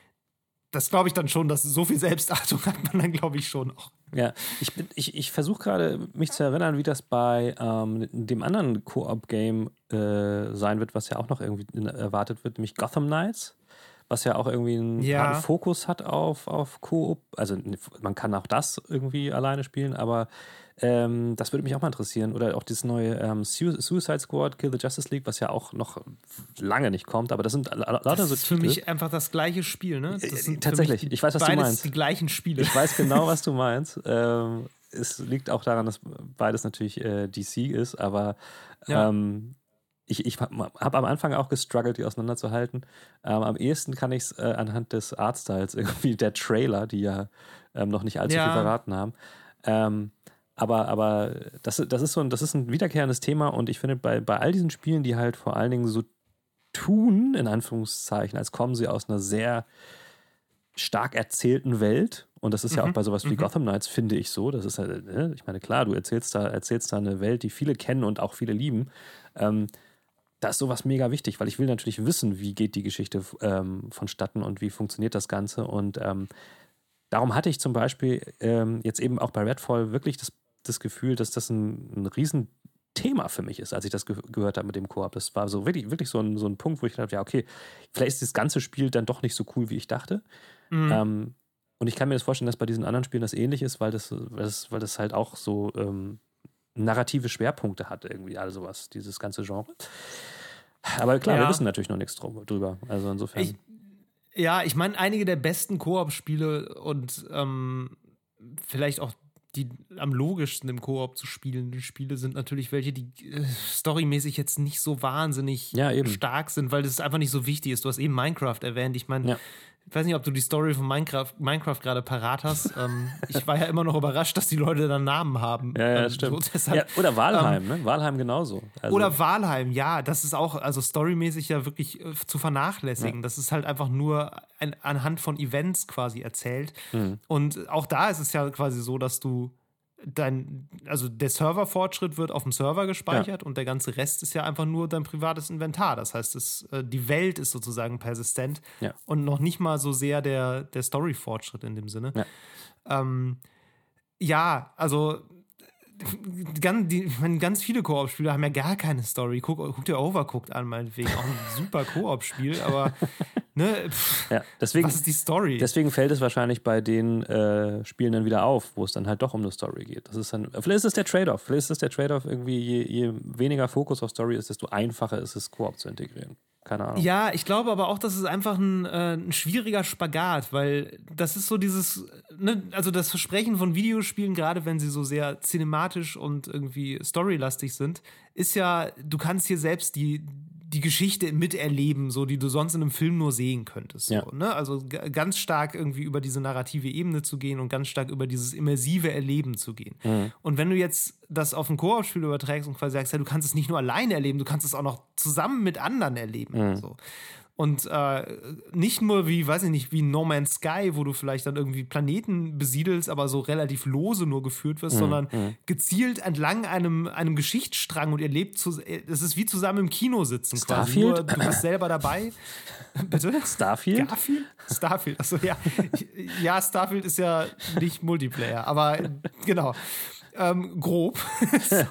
das glaube ich dann schon, dass so viel Selbstachtung hat man dann, glaube ich, schon auch. Ja, ich, ich, ich versuche gerade, mich zu erinnern, wie das bei ähm, dem anderen Koop-Game äh, sein wird, was ja auch noch irgendwie erwartet wird, nämlich Gotham Knights, was ja auch irgendwie einen Ja. harten Fokus hat auf, auf Koop. Also man kann auch das irgendwie alleine spielen, aber ähm, das würde mich auch mal interessieren. Oder auch dieses neue ähm, Su- Suicide Squad, Kill the Justice League, was ja auch noch lange nicht kommt, aber das sind la- lauter Das so ist für Titel. mich einfach das gleiche Spiel, ne? Das sind Äh, tatsächlich. für mich die, Ich weiß, was du beides meinst. die gleichen Spiele. Ich weiß genau, was du meinst. Ähm, es liegt auch daran, dass beides natürlich äh, D C ist, aber Ja. ähm, ich, ich habe am Anfang auch gestruggelt, die auseinanderzuhalten. Ähm, am ehesten kann ich es äh, anhand des Artstyles, irgendwie der Trailer, die ja ähm, noch nicht allzu Ja. viel verraten haben. Ähm, aber aber das, das, ist so ein, das ist ein wiederkehrendes Thema und ich finde, bei, bei all diesen Spielen, die halt vor allen Dingen so tun, in Anführungszeichen, als kommen sie aus einer sehr stark erzählten Welt. Und das ist ja auch bei sowas wie Gotham Knights, finde ich so. Das ist halt, ne? Ich meine, klar, du erzählst da, erzählst da eine Welt, die viele kennen und auch viele lieben. Ähm, da ist sowas mega wichtig, weil ich will natürlich wissen, wie geht die Geschichte ähm, vonstatten und wie funktioniert das Ganze. Und ähm, darum hatte ich zum Beispiel ähm, jetzt eben auch bei Redfall wirklich das, das Gefühl, dass das ein, ein Riesenthema für mich ist, als ich das ge- gehört habe mit dem Koop. Das war so wirklich, wirklich so, ein, so ein Punkt, wo ich dachte, ja, okay, vielleicht ist das ganze Spiel dann doch nicht so cool, wie ich dachte. Mhm. Ähm, und ich kann mir das vorstellen, dass bei diesen anderen Spielen das ähnlich ist, weil das, weil das, weil das halt auch so ähm, narrative Schwerpunkte hat, irgendwie, all sowas, dieses ganze Genre. Aber klar, Ja. wir wissen natürlich noch nichts drüber. Also insofern. Ich, ja, ich meine, einige der besten Koop-Spiele und ähm, vielleicht auch die am logischsten im Koop zu spielenden Spiele sind natürlich welche, die äh, storymäßig jetzt nicht so wahnsinnig Ja, eben. stark sind, weil das einfach nicht so wichtig ist. Du hast eben Minecraft erwähnt. Ich meine, Ja. ich weiß nicht, ob du die Story von Minecraft, Minecraft gerade parat hast. ähm, ich war ja immer noch überrascht, dass die Leute dann Namen haben. Ja, ja, Ähm, stimmt. so, deshalb, Ja, oder Valheim, ne? Valheim genauso. Also, Oder Valheim, ja, das ist auch, also storymäßig ja wirklich äh, zu vernachlässigen. Ja. Das ist halt einfach nur ein, anhand von Events quasi erzählt. Mhm. Und auch da ist es ja quasi so, dass du dein, also der Serverfortschritt wird auf dem Server gespeichert und der ganze Rest ist ja einfach nur dein privates Inventar. Das heißt, es, äh, die Welt ist sozusagen persistent Ja. und noch nicht mal so sehr der, der Story-Fortschritt in dem Sinne. Ja. Ähm, ja, also ganz, die, ich meine, ganz viele Koop-Spiele haben ja gar keine Story. Guck, guck dir Overcooked an, meinetwegen. Auch ein super Koop-Spiel, aber ne, pff, ja, deswegen, was ist die Story? deswegen fällt es wahrscheinlich bei den äh, Spielen dann wieder auf, wo es dann halt doch um eine Story geht. Das ist dann, vielleicht ist es der Trade-off. Vielleicht ist es der Trade-off, irgendwie, je, je weniger Fokus auf Story ist, desto einfacher ist es, Koop zu integrieren. Keine Ahnung. Ja, ich glaube aber auch, das ist einfach ein, äh, ein schwieriger Spagat, weil das ist so dieses, ne, also das Versprechen von Videospielen, gerade wenn sie so sehr cinematisch und irgendwie storylastig sind, ist ja, du kannst hier selbst die, die Geschichte miterleben, so die du sonst in einem Film nur sehen könntest. So, Ja. ne? Also g- ganz stark irgendwie über diese narrative Ebene zu gehen und ganz stark über dieses immersive Erleben zu gehen. Mhm. Und wenn du jetzt das auf ein Koop-Spiel überträgst und quasi sagst, ja, du kannst es nicht nur alleine erleben, du kannst es auch noch zusammen mit anderen erleben. Mhm. So. Und äh, nicht nur wie, weiß ich nicht, wie No Man's Sky, wo du vielleicht dann irgendwie Planeten besiedelst, aber so relativ lose nur geführt wirst, Mhm. sondern Mhm. gezielt entlang einem, einem Geschichtsstrang und ihr lebt zu, es ist wie zusammen im Kino sitzen quasi. Starfield? Nur, du bist selber dabei. Bitte? Starfield? Garfield? Starfield, achso, ja. Ja, Starfield ist ja nicht Multiplayer, aber genau. Ähm, grob. so.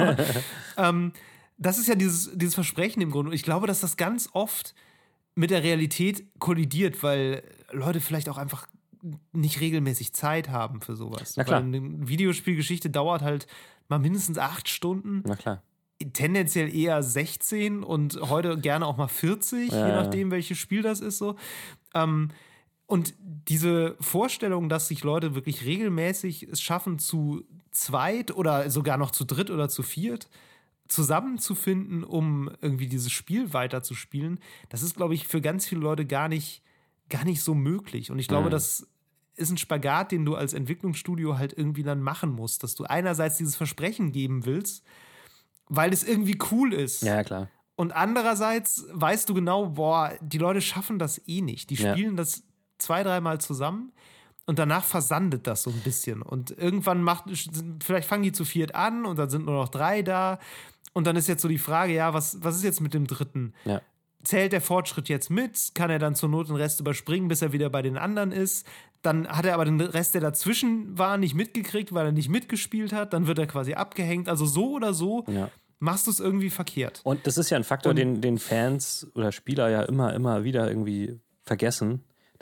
ähm, das ist ja dieses, dieses Versprechen im Grunde. Und ich glaube, dass das ganz oft mit der Realität kollidiert, weil Leute vielleicht auch einfach nicht regelmäßig Zeit haben für sowas. Na klar. Weil eine Videospielgeschichte dauert halt mal mindestens acht Stunden. Na klar. Tendenziell eher sechzehn und heute gerne auch mal vierzig, Ja, je ja. nachdem, welches Spiel das ist. So. Ähm, und diese Vorstellung, dass sich Leute wirklich regelmäßig es schaffen, zu zweit oder sogar noch zu dritt oder zu viert zusammenzufinden, um irgendwie dieses Spiel weiterzuspielen, das ist, glaube ich, für ganz viele Leute gar nicht, gar nicht so möglich. Und ich glaube, Mhm. das ist ein Spagat, den du als Entwicklungsstudio halt irgendwie dann machen musst, dass du einerseits dieses Versprechen geben willst, weil es irgendwie cool ist. Ja, ja, klar. Und andererseits weißt du genau, boah, die Leute schaffen das eh nicht. Die Ja. spielen das zwei, dreimal zusammen und danach versandet das so ein bisschen. Und irgendwann macht, vielleicht fangen die zu viert an und dann sind nur noch drei da. Und dann ist jetzt so die Frage, ja, was, was ist jetzt mit dem dritten? Ja. Zählt der Fortschritt jetzt mit? Kann er dann zur Not den Rest überspringen, bis er wieder bei den anderen ist? Dann hat er aber den Rest, der dazwischen war, nicht mitgekriegt, weil er nicht mitgespielt hat. Dann wird er quasi abgehängt. Also so oder so Ja. machst du es irgendwie verkehrt. Und das ist ja ein Faktor, Und- den, den Fans oder Spieler ja immer, immer wieder irgendwie vergessen.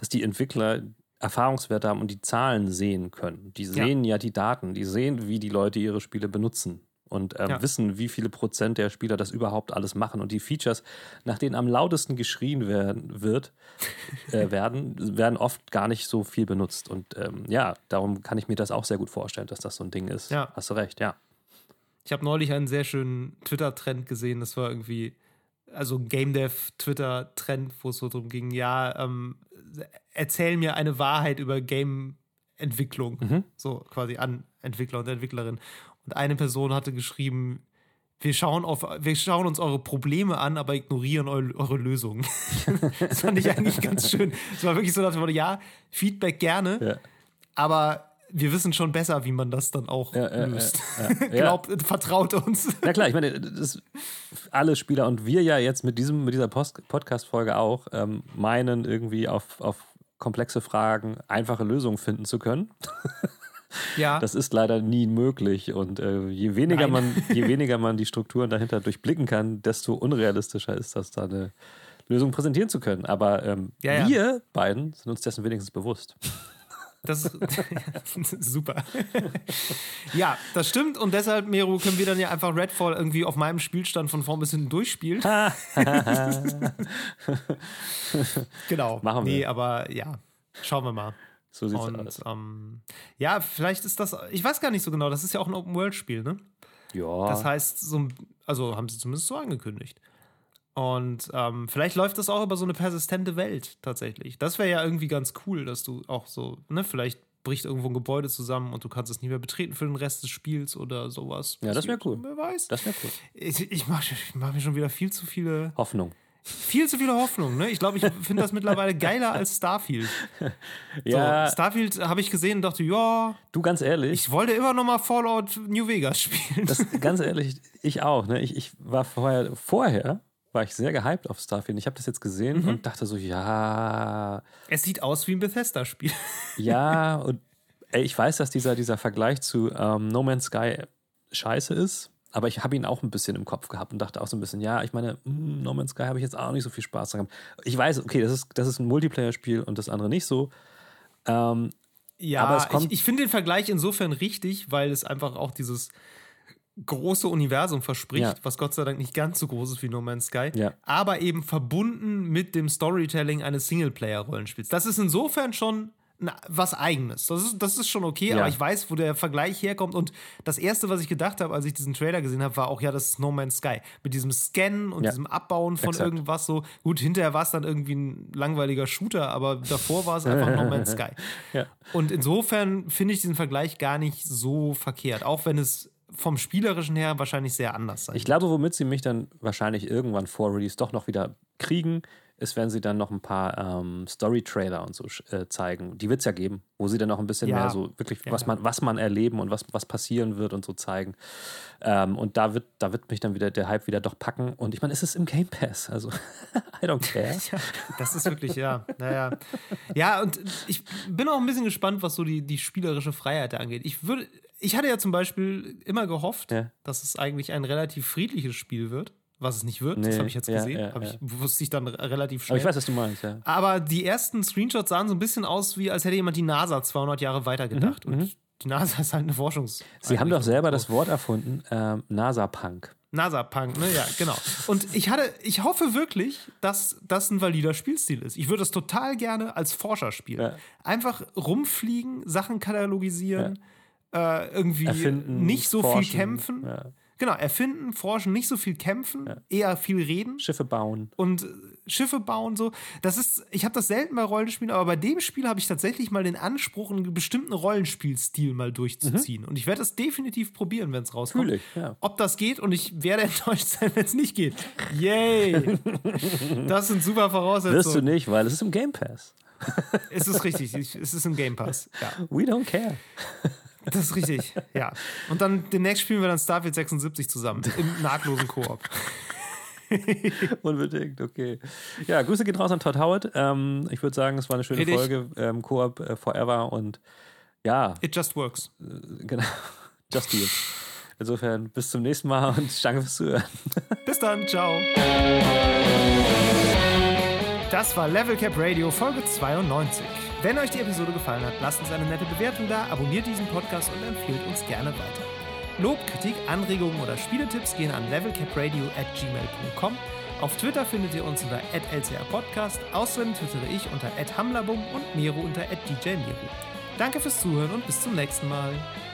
dass die Entwickler Erfahrungswerte haben und die Zahlen sehen können. Die sehen ja, ja die Daten, die sehen, wie die Leute ihre Spiele benutzen und ähm, ja. wissen, wie viele Prozent der Spieler das überhaupt alles machen. Und die Features, nach denen am lautesten geschrien werden, wird, äh, werden, werden oft gar nicht so viel benutzt. Und ähm, ja, darum kann ich mir das auch sehr gut vorstellen, dass das so ein Ding ist. Ja. Hast du recht, ja. Ich habe neulich einen sehr schönen Twitter-Trend gesehen, das war irgendwie, also ein Game-Dev-Twitter-Trend, wo es so darum ging, ja, ähm, erzähl mir eine Wahrheit über Game-Entwicklung, mhm. so quasi an Entwickler und Entwicklerinnen. Und eine Person hatte geschrieben, wir schauen, auf, wir schauen uns eure Probleme an, aber ignorieren eu, eure Lösungen. Das fand ich eigentlich ganz schön. Es war wirklich so, dass man, ja, Feedback gerne, ja. aber wir wissen schon besser, wie man das dann auch ja, löst. Ja, ja, ja. Glaubt, ja. Vertraut uns. Ja klar, ich meine, das alle Spieler und wir ja jetzt mit diesem mit dieser Post- Podcast-Folge auch ähm, meinen irgendwie auf, auf komplexe Fragen einfache Lösungen finden zu können. Ja. Das ist leider nie möglich und äh, je weniger man je weniger man die Strukturen dahinter durchblicken kann, desto unrealistischer ist das, da eine Lösung präsentieren zu können. Aber ähm, ja, ja. wir beiden sind uns dessen wenigstens bewusst. Das ist super. Ja, das stimmt und deshalb, Meru, können wir dann ja einfach Redfall irgendwie auf meinem Spielstand von vorn bis hinten durchspielen. Genau. Machen wir. Nee, aber ja, schauen wir mal. So sieht's und, aus. Ähm, ja, vielleicht ist das, ich weiß gar nicht so genau, das ist ja auch ein Open-World-Spiel, ne? Ja. Das heißt, so, also haben sie zumindest so angekündigt. Und ähm, vielleicht läuft das auch über so eine persistente Welt tatsächlich. Das wäre ja irgendwie ganz cool, dass du auch so, ne, vielleicht bricht irgendwo ein Gebäude zusammen und du kannst es nicht mehr betreten für den Rest des Spiels oder sowas. Ja, das wäre cool. Wer weiß. Das wäre cool. Ich, ich mache ich mach mir schon wieder viel zu viele... Hoffnung. Viel zu viele Hoffnung, ne? Ich glaube, ich finde das mittlerweile geiler als Starfield. Ja. So, Starfield habe ich gesehen und dachte, ja... Du, ganz ehrlich... Ich wollte immer noch mal Fallout New Vegas spielen. Das, ganz ehrlich, ich auch, ne? Ich, ich war vorher... Vorher... war ich sehr gehypt auf Starfield. Ich habe das jetzt gesehen mhm. und dachte so, ja... Es sieht aus wie ein Bethesda-Spiel. Ja, und ey, ich weiß, dass dieser, dieser Vergleich zu ähm, No Man's Sky scheiße ist, aber ich habe ihn auch ein bisschen im Kopf gehabt und dachte auch so ein bisschen, ja, ich meine, mh, No Man's Sky habe ich jetzt auch nicht so viel Spaß dran gehabt. Ich weiß, okay, das ist, das ist ein Multiplayer-Spiel und das andere nicht so. Ähm, ja, aber es kommt ich, ich finde den Vergleich insofern richtig, weil es einfach auch dieses große Universum verspricht, ja. was Gott sei Dank nicht ganz so groß ist wie No Man's Sky, ja. aber eben verbunden mit dem Storytelling eines Singleplayer-Rollenspiels. Das ist insofern schon was Eigenes. Das ist, das ist schon okay, ja. aber ich weiß, wo der Vergleich herkommt und das Erste, was ich gedacht habe, als ich diesen Trailer gesehen habe, war auch, ja, das ist No Man's Sky. Mit diesem Scannen und ja. diesem Abbauen von Exakt. Irgendwas so. Gut, hinterher war es dann irgendwie ein langweiliger Shooter, aber davor war es einfach No Man's Sky. Ja. Und insofern finde ich diesen Vergleich gar nicht so verkehrt, auch wenn es vom Spielerischen her wahrscheinlich sehr anders sein. Ich glaube, womit sie mich dann wahrscheinlich irgendwann vor Release doch noch wieder kriegen, ist, wenn sie dann noch ein paar ähm, Story-Trailer und so äh, zeigen. Die wird es ja geben, wo sie dann noch ein bisschen ja. mehr so wirklich, ja, was man, was man erleben und was, was passieren wird und so zeigen. Ähm, und da wird, da wird mich dann wieder der Hype wieder doch packen. Und ich meine, es ist im Game Pass, also I don't care. Ja, das ist wirklich, ja, naja. Ja, und ich bin auch ein bisschen gespannt, was so die, die spielerische Freiheit da angeht. Ich würde, ich hatte ja zum Beispiel immer gehofft, ja. dass es eigentlich ein relativ friedliches Spiel wird. Was es nicht wird, nee, das habe ich jetzt gesehen. Ja, ja, hab ich, ja. Wusste ich dann relativ schnell. Aber ich weiß, was du meinst, ja. Aber die ersten Screenshots sahen so ein bisschen aus, wie als hätte jemand die NASA zweihundert Jahre weitergedacht. Mhm, und die NASA ist halt eine Forschungs... Sie haben doch selber das Wort erfunden, ähm, NASA-Punk. NASA-Punk, ne? Ja, genau. Und ich hatte, ich hoffe wirklich, dass das ein valider Spielstil ist. Ich würde das total gerne als Forscher spielen. Ja. Einfach rumfliegen, Sachen katalogisieren, ja. äh, irgendwie Erfinden, nicht so forschen, viel kämpfen. Ja. Genau, erfinden, forschen, nicht so viel kämpfen, ja. eher viel reden. Schiffe bauen. Und Schiffe bauen, so. Das ist, ich habe das selten bei Rollenspielen, aber bei dem Spiel habe ich tatsächlich mal den Anspruch, einen bestimmten Rollenspielstil mal durchzuziehen. Mhm. Und ich werde das definitiv probieren, wenn es rauskommt. Fühl ich, ja. Ob das geht und ich werde enttäuscht sein, wenn es nicht geht. Yay! Das sind super Voraussetzungen. Wirst du nicht, weil es ist im Game Pass. Es ist richtig, es ist im Game Pass. Ja. We don't care. Das ist richtig, ja. Und dann demnächst spielen wir dann Starfield sechsundsiebzig zusammen im nahtlosen Koop. Unbedingt, okay. Ja, Grüße gehen raus an Todd Howard. Ähm, ich würde sagen, es war eine schöne Richtig. Folge. Ähm, Koop äh, forever und ja. It just works. Äh, genau. Just do it. Insofern bis zum nächsten Mal und danke fürs Zuhören. Bis dann, ciao. Das war Level Cap Radio Folge zweiundneunzig. Wenn euch die Episode gefallen hat, lasst uns eine nette Bewertung da, abonniert diesen Podcast und empfehlt uns gerne weiter. Lob, Kritik, Anregungen oder Spieletipps gehen an levelcapradio at gmail punkt com. Auf Twitter findet ihr uns unter at l c r podcast. Außerdem twittere ich unter at hamlabum und Mero unter at d j mero. Danke fürs Zuhören und bis zum nächsten Mal.